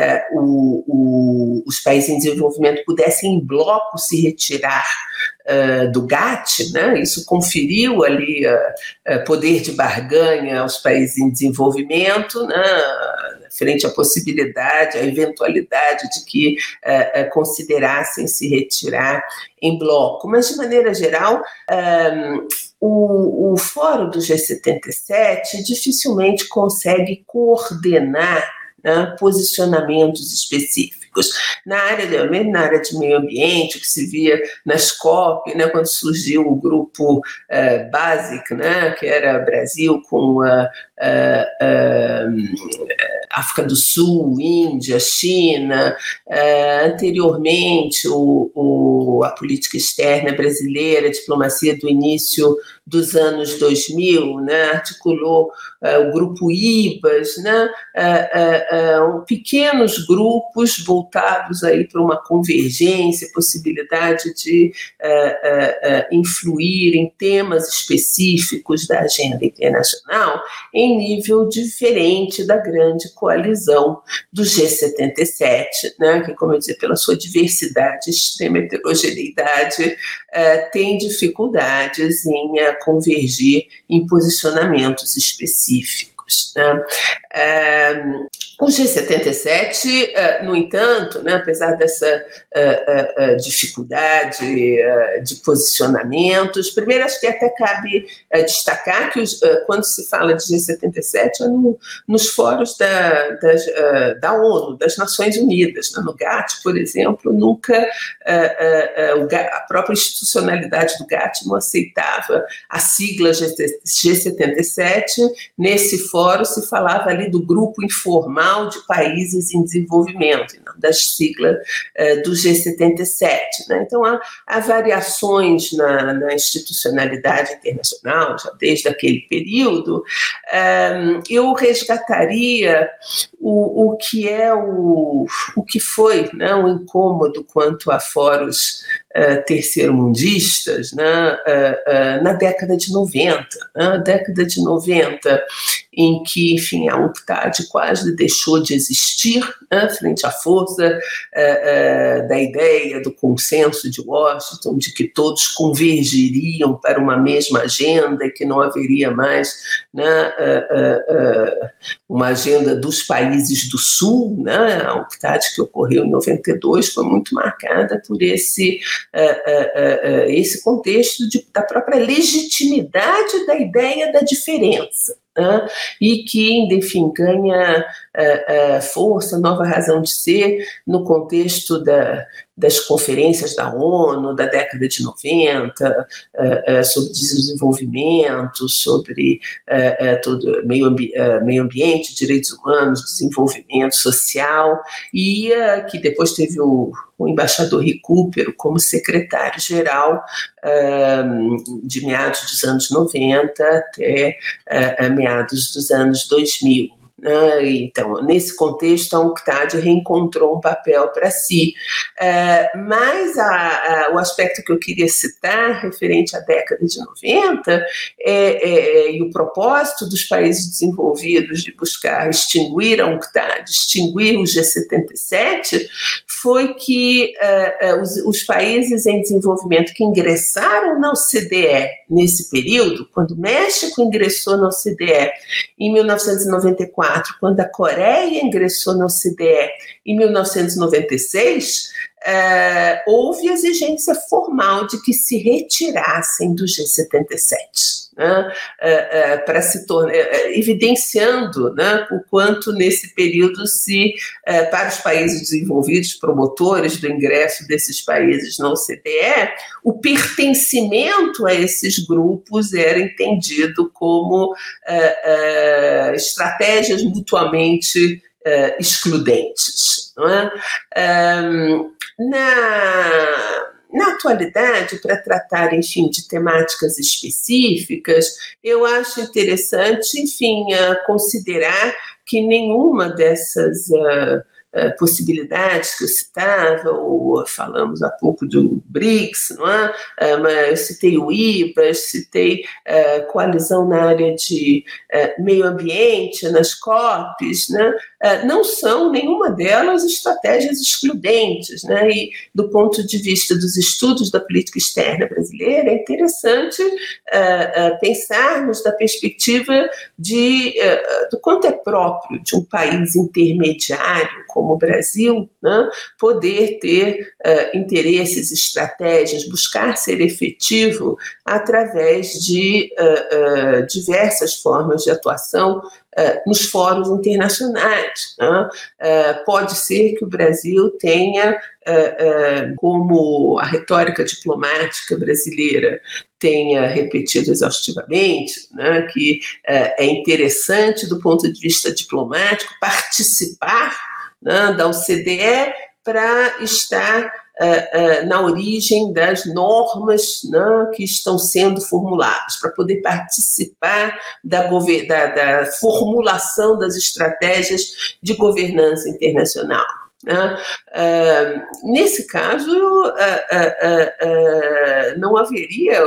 os países em desenvolvimento pudessem em bloco se retirar do GATT, né? Isso conferiu ali poder de barganha aos países em desenvolvimento, né? Frente à possibilidade, à eventualidade de que considerassem se retirar em bloco. Mas, de maneira geral, o Fórum do G77 dificilmente consegue coordenar, né, posicionamentos específicos. Na área de meio ambiente, que se via nas COP, né, quando surgiu o grupo BASIC, né, que era Brasil com África do Sul, Índia, China, anteriormente a política externa brasileira, a diplomacia do início dos anos 2000, né, articulou o grupo IBAS, né, pequenos grupos voltados aí para uma convergência, possibilidade de influir em temas específicos da agenda internacional em nível diferente da grande coalizão do G77, né, que, como eu dizia, pela sua diversidade, extrema heterogeneidade, tem dificuldades em convergir em posicionamentos específicos. fóruns, né? O G77, no entanto, né, apesar dessa dificuldade de posicionamentos, primeiro acho que até cabe destacar que quando se fala de G77 é nos fóruns da ONU, das Nações Unidas, né? No GATT, por exemplo, nunca a própria institucionalidade do GATT não aceitava a sigla G77. Nesse fórum se falava ali do grupo informal de países em desenvolvimento, e não das siglas do G77. Né? Então, há variações na institucionalidade internacional, já desde aquele período. Eu resgataria o que foi, né, um incômodo quanto a fóruns terceiro-mundistas, né, na década de 90. Na década de 90, em que, enfim, a UNCTAD quase deixou de existir, né, frente à força da ideia, do consenso de Washington, de que todos convergiriam para uma mesma agenda e que não haveria mais, né, uma agenda dos países do Sul. Né? A UNCTAD, que ocorreu em 92, foi muito marcada por esse contexto da própria legitimidade da ideia da diferença. E que, enfim, ganha força, nova razão de ser no contexto das conferências da ONU da década de 90, sobre desenvolvimento, sobre todo meio ambiente, direitos humanos, desenvolvimento social, e que depois teve o embaixador Recupero como secretário-geral de meados dos anos 90 até meados dos anos 2000. Então, nesse contexto, a UNCTAD reencontrou um papel para si. Mas o aspecto que eu queria citar, referente à década de 90, e o propósito dos países desenvolvidos de buscar extinguir a UNCTAD, extinguir o G77, foi que os países em desenvolvimento que ingressaram na OCDE nesse período, quando o México ingressou na OCDE em 1994, quando a Coreia ingressou na OCDE em 1996, houve exigência formal de que se retirassem do G77. Né, para se tornar, evidenciando, né, o quanto nesse período para os países desenvolvidos, promotores do ingresso desses países na OCDE, o pertencimento a esses grupos era entendido como estratégias mutuamente excludentes. Não é? Na atualidade, para tratar, enfim, de temáticas específicas, eu acho interessante, enfim, considerar que nenhuma dessas possibilidades que eu citava, ou falamos há pouco do BRICS, não é? Mas eu citei o IPA, citei coalizão na área de meio ambiente, nas COPs, né? Não são nenhuma delas estratégias excludentes, né? E do ponto de vista dos estudos da política externa brasileira, é interessante pensarmos da perspectiva do quanto é próprio de um país intermediário como o Brasil, né, poder ter interesses, estratégias, buscar ser efetivo através de diversas formas de atuação nos fóruns internacionais. Né? Pode ser que o Brasil tenha, como a retórica diplomática brasileira tenha repetido exaustivamente, né, que é interessante do ponto de vista diplomático participar, né, da OCDE para estar na origem das normas, né, que estão sendo formuladas, para poder participar da formulação das estratégias de governança internacional. Né? Nesse caso, não haveria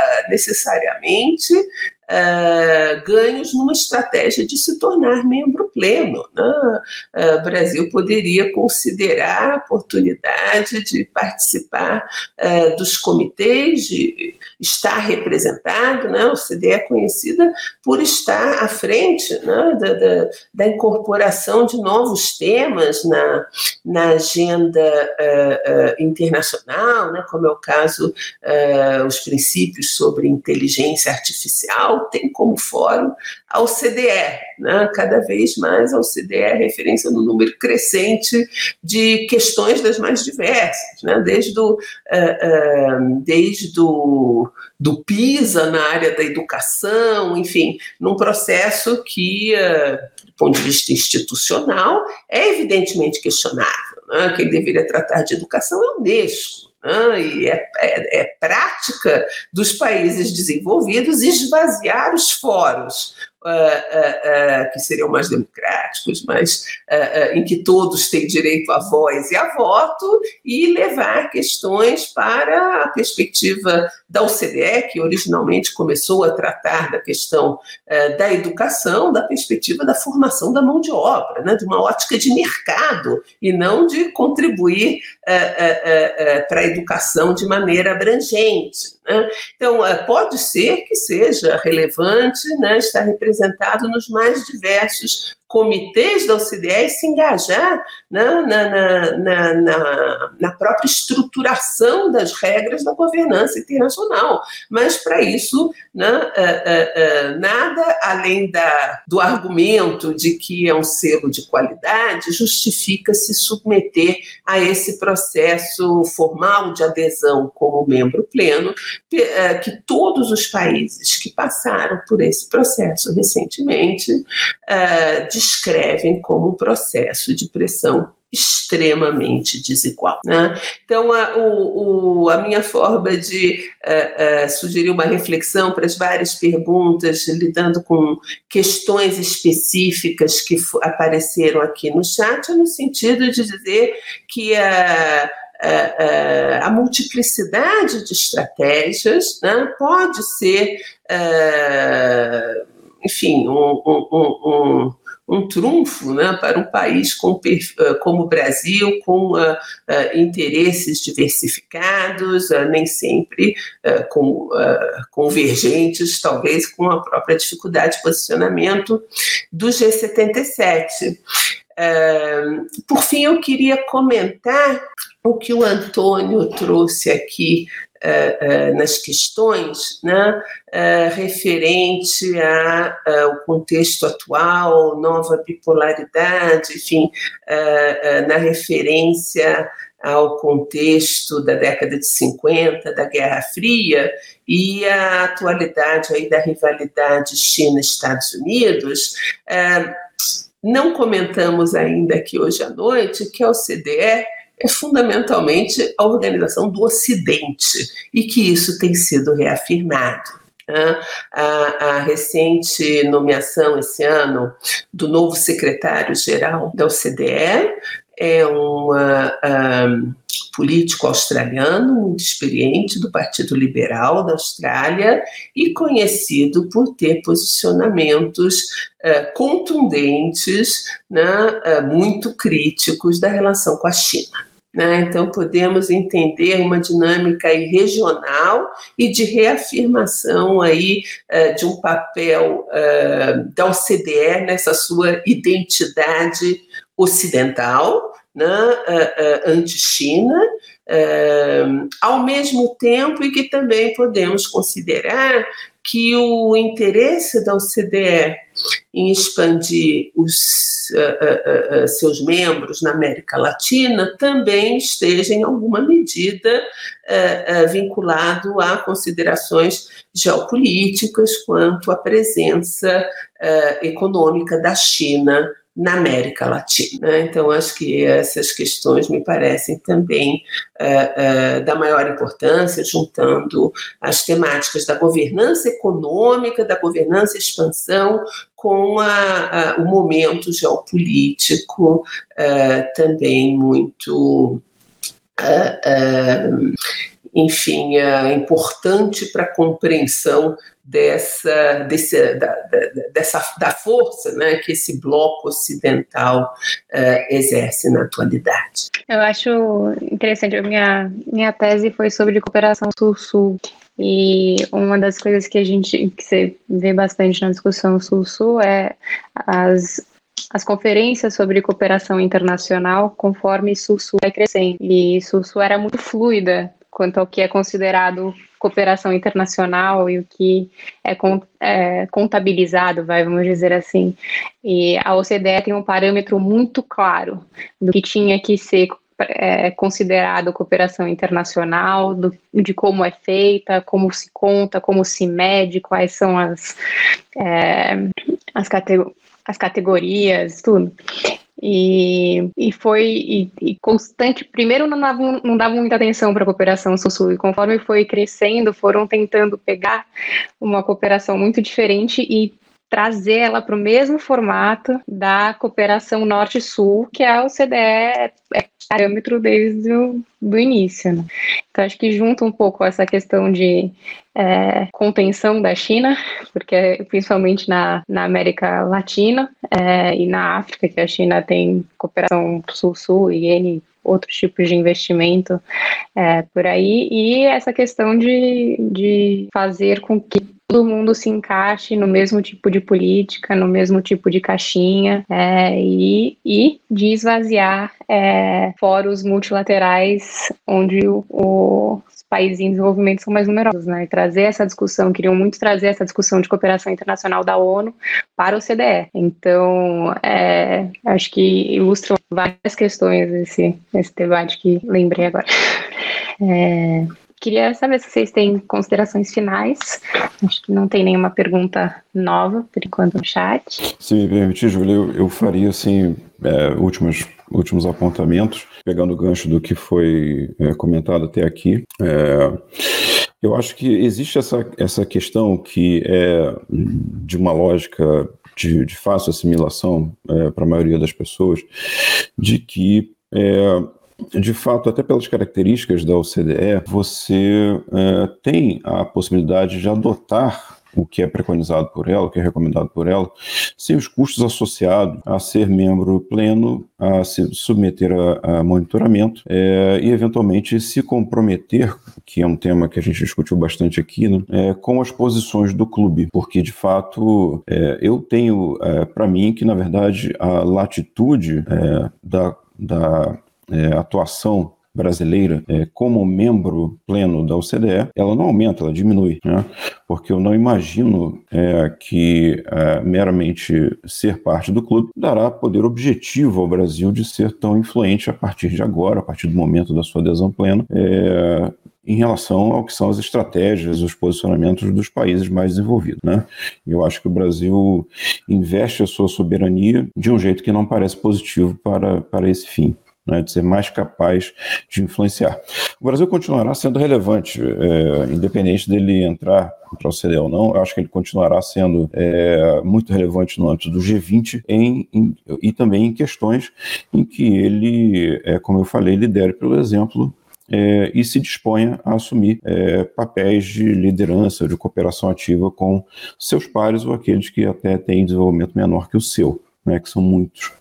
necessariamente ganhos numa estratégia de se tornar membro pleno, né? O Brasil poderia considerar a oportunidade de participar dos comitês, de estar representado, né? O CDE é conhecida por estar à frente, né, da incorporação de novos temas na agenda internacional, né, como é o caso os princípios sobre inteligência artificial, tem como fórum ao CDE, né? Cada vez mais ao CDE é referência no número crescente de questões das mais diversas, né? Desde do PISA na área da educação, enfim, num processo que, do ponto de vista institucional, é evidentemente questionável, né? Quem deveria tratar de educação é a Unesco. E é prática dos países desenvolvidos esvaziar os fóruns que seriam mais democráticos, mas em que todos têm direito à voz e a voto, e levar questões para a perspectiva da OCDE, que originalmente começou a tratar da questão da educação, da perspectiva da formação da mão de obra, né, de uma ótica de mercado, e não de contribuir para a educação de maneira abrangente. Então, pode ser que seja relevante, né, estar representado nos mais diversos comitês da OCDE e se engajar, né, na própria estruturação das regras da governança internacional. Mas, para isso, né, nada além do argumento de que é um selo de qualidade justifica se submeter a esse processo formal de adesão como membro pleno, que todos os países que passaram por esse processo recentemente descrevem como um processo de pressão extremamente desigual, né? Então, a minha forma de sugerir uma reflexão para as várias perguntas, lidando com questões específicas que apareceram aqui no chat, é no sentido de dizer que a multiplicidade de estratégias, né, pode ser, enfim, um trunfo, né, para um país como o Brasil, com interesses diversificados, nem sempre convergentes, talvez com a própria dificuldade de posicionamento do G77. Por fim, eu queria comentar o que o Antônio trouxe aqui nas questões, né, referente ao contexto atual, nova bipolaridade, enfim, na referência ao contexto da década de 50, da Guerra Fria, e a atualidade aí da rivalidade China-Estados Unidos. Não comentamos ainda aqui hoje à noite que a OCDE é fundamentalmente a organização do Ocidente, e que isso tem sido reafirmado. A recente nomeação esse ano do novo secretário-geral da OCDE é um político australiano muito experiente do Partido Liberal da Austrália e conhecido por ter posicionamentos contundentes, né, muito críticos da relação com a China. Então, podemos entender uma dinâmica aí regional e de reafirmação aí, de um papel da OCDE nessa sua identidade ocidental, né, anti-China, ao mesmo tempo em que também podemos considerar que o interesse da OCDE em expandir seus membros na América Latina também esteja, em alguma medida, vinculado a considerações geopolíticas quanto à presença econômica da China na América Latina. Então, acho que essas questões me parecem também da maior importância, juntando as temáticas da governança econômica, da governança e expansão, com o momento geopolítico também muito enfim, importante para a compreensão da força, né, que esse bloco ocidental exerce na atualidade. Eu acho interessante, a minha tese foi sobre cooperação Sul-Sul, e uma das coisas que você vê bastante na discussão Sul-Sul é as conferências sobre cooperação internacional conforme Sul-Sul vai crescendo, e Sul-Sul era muito fluida quanto ao que é considerado cooperação internacional e o que é contabilizado, vamos dizer assim. E a OCDE tem um parâmetro muito claro do que tinha que ser considerado cooperação internacional, de como é feita, como se conta, como se mede, quais são as categorias, tudo. E foi constante. Primeiro não dava muita atenção para a cooperação Sul-Sul, e conforme foi crescendo, foram tentando pegar uma cooperação muito diferente e trazer ela para o mesmo formato da cooperação Norte-Sul, que a OCDE é parâmetro desde o início, né? Então, acho que junta um pouco essa questão de contenção da China, porque principalmente na América Latina e na África, que a China tem cooperação Sul-Sul e N outros tipos de investimento por aí, e essa questão de fazer com que todo mundo se encaixe no mesmo tipo de política, no mesmo tipo de caixinha, e de esvaziar fóruns multilaterais onde os países em desenvolvimento são mais numerosos, né? E trazer essa discussão, queriam muito trazer essa discussão de cooperação internacional da ONU para o OCDE. Então, acho que ilustra várias questões esse debate que lembrei agora. Queria saber se vocês têm considerações finais. Acho que não tem nenhuma pergunta nova, por enquanto, no chat. Se me permitir, Júlia, eu faria, assim, últimos apontamentos, pegando o gancho do que foi comentado até aqui. Eu acho que existe essa questão que é de uma lógica de fácil assimilação para a maioria das pessoas, de que de fato, até pelas características da OCDE, você tem a possibilidade de adotar o que é preconizado por ela, o que é recomendado por ela, sem os custos associados a ser membro pleno, a se submeter a monitoramento e, eventualmente, se comprometer, que é um tema que a gente discutiu bastante aqui, né, com as posições do clube, porque, de fato, eu tenho para mim que, na verdade, a latitude da atuação brasileira como membro pleno da OCDE, ela não aumenta, ela diminui, né? Porque eu não imagino que meramente ser parte do clube dará poder objetivo ao Brasil de ser tão influente a partir de agora, a partir do momento da sua adesão plena, em relação ao que são as estratégias, os posicionamentos dos países mais desenvolvidos, né? Eu acho que o Brasil investe a sua soberania de um jeito que não parece positivo para esse fim, né, de ser mais capaz de influenciar. O Brasil continuará sendo relevante, independente dele entrar para o OCDE ou não. Eu acho que ele continuará sendo muito relevante no âmbito do G20 e também em questões em que ele, como eu falei, lidere pelo exemplo e se disponha a assumir papéis de liderança, de cooperação ativa com seus pares ou aqueles que até têm desenvolvimento menor que o seu, né, que são muitos.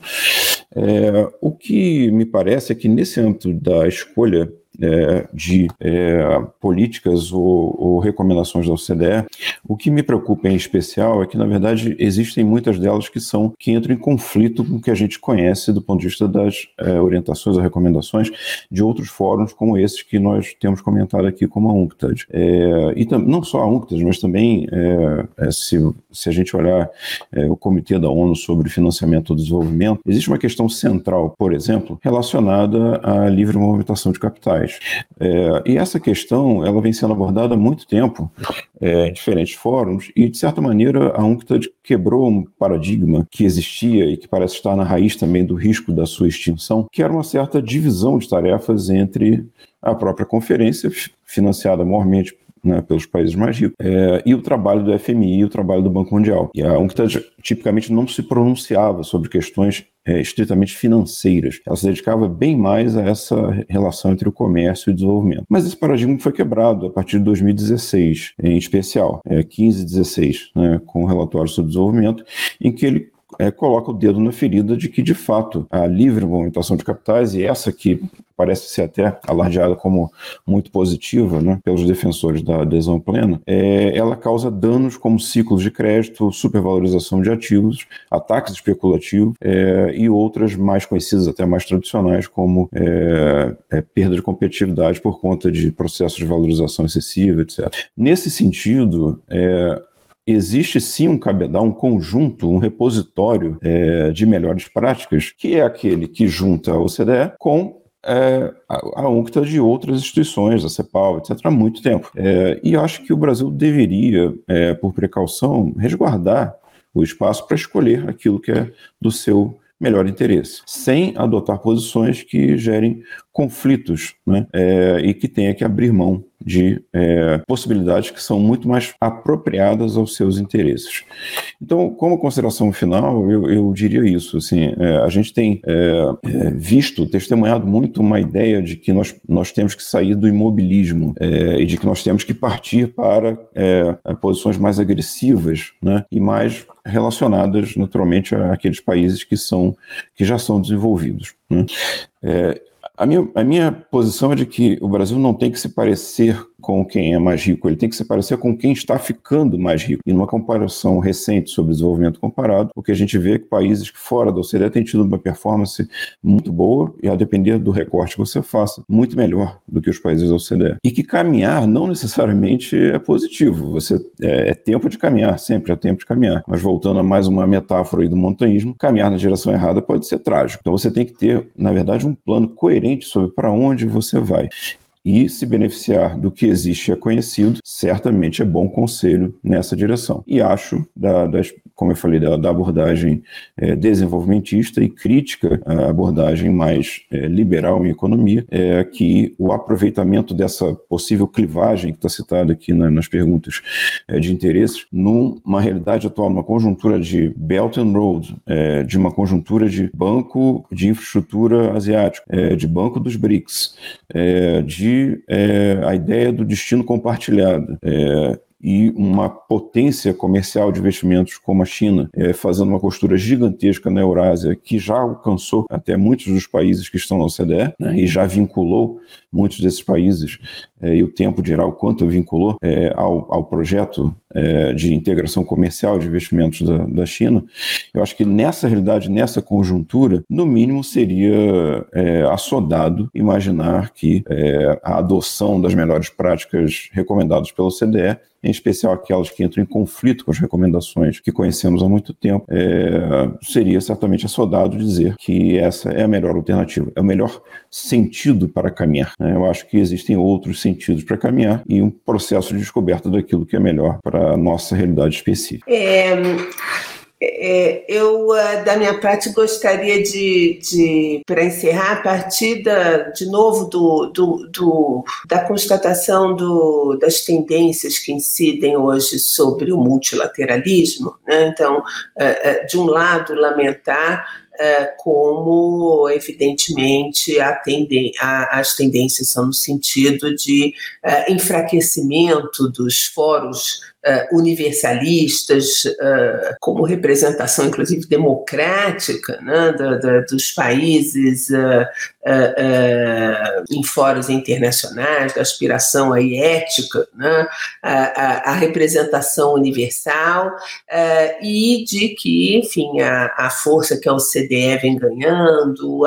O que me parece é que nesse âmbito da escolha de políticas ou recomendações da OCDE, o que me preocupa em especial é que, na verdade, existem muitas delas que entram em conflito com o que a gente conhece do ponto de vista das orientações ou recomendações de outros fóruns como esses que nós temos comentado aqui, como a UNCTAD. E não só a UNCTAD, mas também, se a gente olhar o Comitê da ONU sobre Financiamento do Desenvolvimento, existe uma questão central, por exemplo, relacionada à livre movimentação de capitais. E essa questão ela vem sendo abordada há muito tempo em diferentes fóruns e, de certa maneira, a UNCTAD quebrou um paradigma que existia e que parece estar na raiz também do risco da sua extinção, que era uma certa divisão de tarefas entre a própria conferência, financiada maiormente, né, pelos países mais ricos, e o trabalho do FMI e o trabalho do Banco Mundial. E a UNCTAD tipicamente não se pronunciava sobre questões estritamente financeiras. Ela se dedicava bem mais a essa relação entre o comércio e o desenvolvimento. Mas esse paradigma foi quebrado a partir de 2016, em especial, 15 e 16, né, com o relatório sobre desenvolvimento, em que ele coloca o dedo na ferida de que, de fato, a livre movimentação de capitais, e essa que parece ser até alardeada como muito positiva, né, pelos defensores da adesão plena, ela causa danos como ciclos de crédito, supervalorização de ativos, ataques especulativos e outras mais conhecidas, até mais tradicionais, como perda de competitividade por conta de processos de valorização excessiva, etc. Nesse sentido, existe sim um cabedal, um conjunto, um repositório de melhores práticas, que é aquele que junta a OCDE com a UNCTAD de outras instituições, a CEPAL, etc., há muito tempo. E acho que o Brasil deveria, por precaução, resguardar o espaço para escolher aquilo que é do seu melhor interesse, sem adotar posições que gerem conflitos, né, e que tenha que abrir mão de possibilidades que são muito mais apropriadas aos seus interesses. Então, como consideração final, eu diria isso, assim, a gente tem testemunhado muito uma ideia de que nós temos que sair do imobilismo e de que nós temos que partir para posições mais agressivas, né, e mais relacionadas, naturalmente, àqueles países que já são desenvolvidos, né. A minha posição é de que o Brasil não tem que se parecer com quem é mais rico, ele tem que se parecer com quem está ficando mais rico. E numa comparação recente sobre desenvolvimento comparado, o que a gente vê é que países fora da OCDE têm tido uma performance muito boa e, a depender do recorte que você faça, muito melhor do que os países da OCDE. E que caminhar não necessariamente é positivo. É tempo de caminhar, sempre é tempo de caminhar. Mas voltando a mais uma metáfora aí do montanhismo, caminhar na direção errada pode ser trágico. Então você tem que ter, na verdade, um plano coerente sobre para onde você vai. E se beneficiar do que existe e é conhecido, certamente é bom conselho nessa direção. E acho, como eu falei, da abordagem desenvolvimentista e crítica à abordagem mais liberal em economia, que o aproveitamento dessa possível clivagem que está citada aqui nas perguntas de interesses, numa realidade atual, numa conjuntura de Belt and Road, de uma conjuntura de banco de infraestrutura asiático, de banco dos BRICS, a ideia do destino compartilhado, e uma potência comercial de investimentos como a China, fazendo uma costura gigantesca na Eurásia, que já alcançou até muitos dos países que estão na OCDE, né, e já vinculou muitos desses países, e o tempo dirá o quanto vinculou ao projeto de integração comercial de investimentos da China. Eu acho que nessa realidade, nessa conjuntura, no mínimo seria assodado imaginar que a adoção das melhores práticas recomendadas pela OCDE, em especial aquelas que entram em conflito com as recomendações que conhecemos há muito tempo, seria certamente assodado dizer que essa é a melhor alternativa, é o melhor sentido para caminhar. Eu acho que existem outros sentidos para caminhar e um processo de descoberta daquilo que é melhor para a nossa realidade específica. Eu, da minha parte, gostaria de para encerrar, a partir de novo da constatação das tendências que incidem hoje sobre o multilateralismo, né? Então, de um lado, lamentar como, evidentemente, as tendências são no sentido de enfraquecimento dos fóruns universalistas, como representação, inclusive, democrática, né, dos países em fóruns internacionais, da aspiração aí ética, né, a representação universal, e de que, enfim, a força que a OCDE vem ganhando,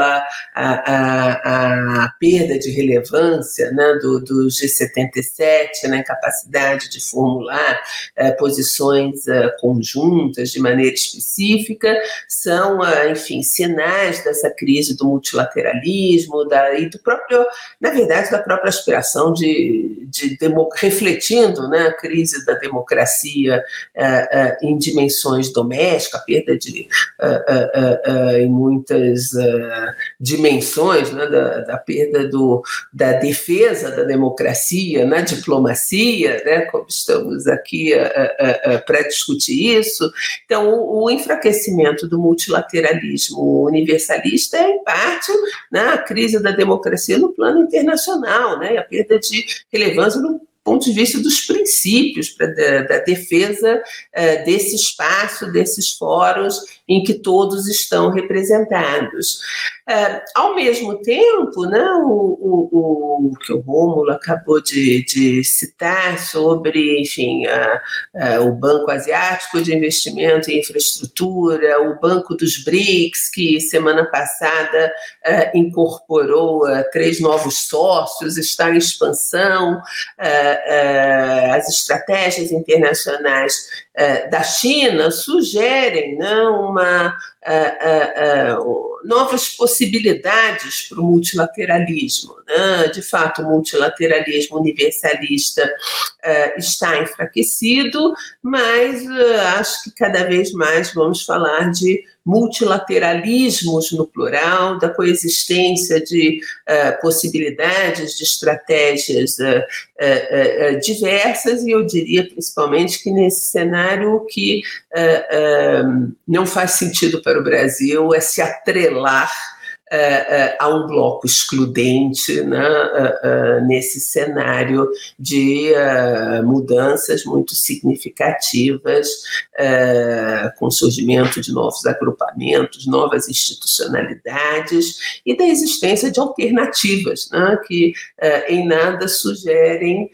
a perda de relevância, né, do G77, né, capacidade de formular posições conjuntas de maneira específica, são, enfim, sinais dessa crise do multilateralismo e do próprio, na verdade, da própria aspiração refletindo, né, a crise da democracia em dimensões domésticas, a perda em muitas dimensões, né, da perda da defesa da democracia na diplomacia, né, como estamos aqui aqui para discutir isso. Então, o enfraquecimento do multilateralismo universalista é, em parte, né, a crise da democracia no plano internacional, né, e a perda de relevância no ponto de vista dos princípios da defesa desse espaço, desses fóruns em que todos estão representados. Ao mesmo tempo, né, o que o Rômulo acabou de citar sobre, enfim, o Banco Asiático de Investimento em Infraestrutura, o Banco dos BRICS, que semana passada incorporou 3 novos sócios, está em expansão, as estratégias internacionais da China sugerem, né, novas possibilidades para o multilateralismo, né? De fato, o multilateralismo universalista está enfraquecido, mas acho que cada vez mais vamos falar de multilateralismos no plural, da coexistência de possibilidades, de estratégias diversas, e eu diria principalmente que nesse cenário o que não faz sentido para o Brasil é se atrelar a um bloco excludente, né, nesse cenário de mudanças muito significativas, com o surgimento de novos agrupamentos, novas institucionalidades e da existência de alternativas, né, que em nada sugerem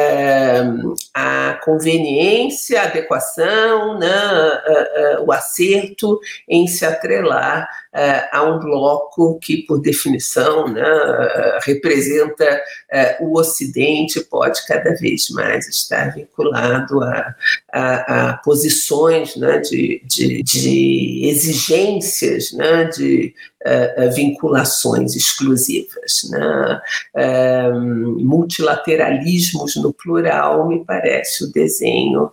a conveniência, a adequação, né, o acerto em se atrelar a um bloco que, por definição, né, representa o Ocidente, pode cada vez mais estar vinculado a posições, né, de exigências, né, de vinculações exclusivas, né? Multilateralismos no plural me parece o desenho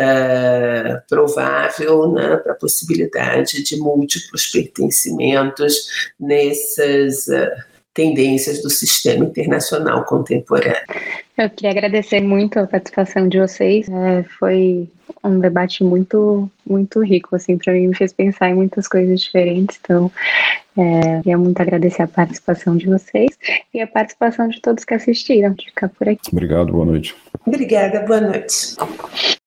provável, né, para a possibilidade de múltiplos pertencimentos nessas tendências do sistema internacional contemporâneo. Eu queria agradecer muito a participação de vocês. Foi um debate muito, muito rico, assim, para mim, me fez pensar em muitas coisas diferentes. Então, queria muito agradecer a participação de vocês e a participação de todos que assistiram. Ficar por aqui. Obrigado, boa noite. Obrigada, boa noite.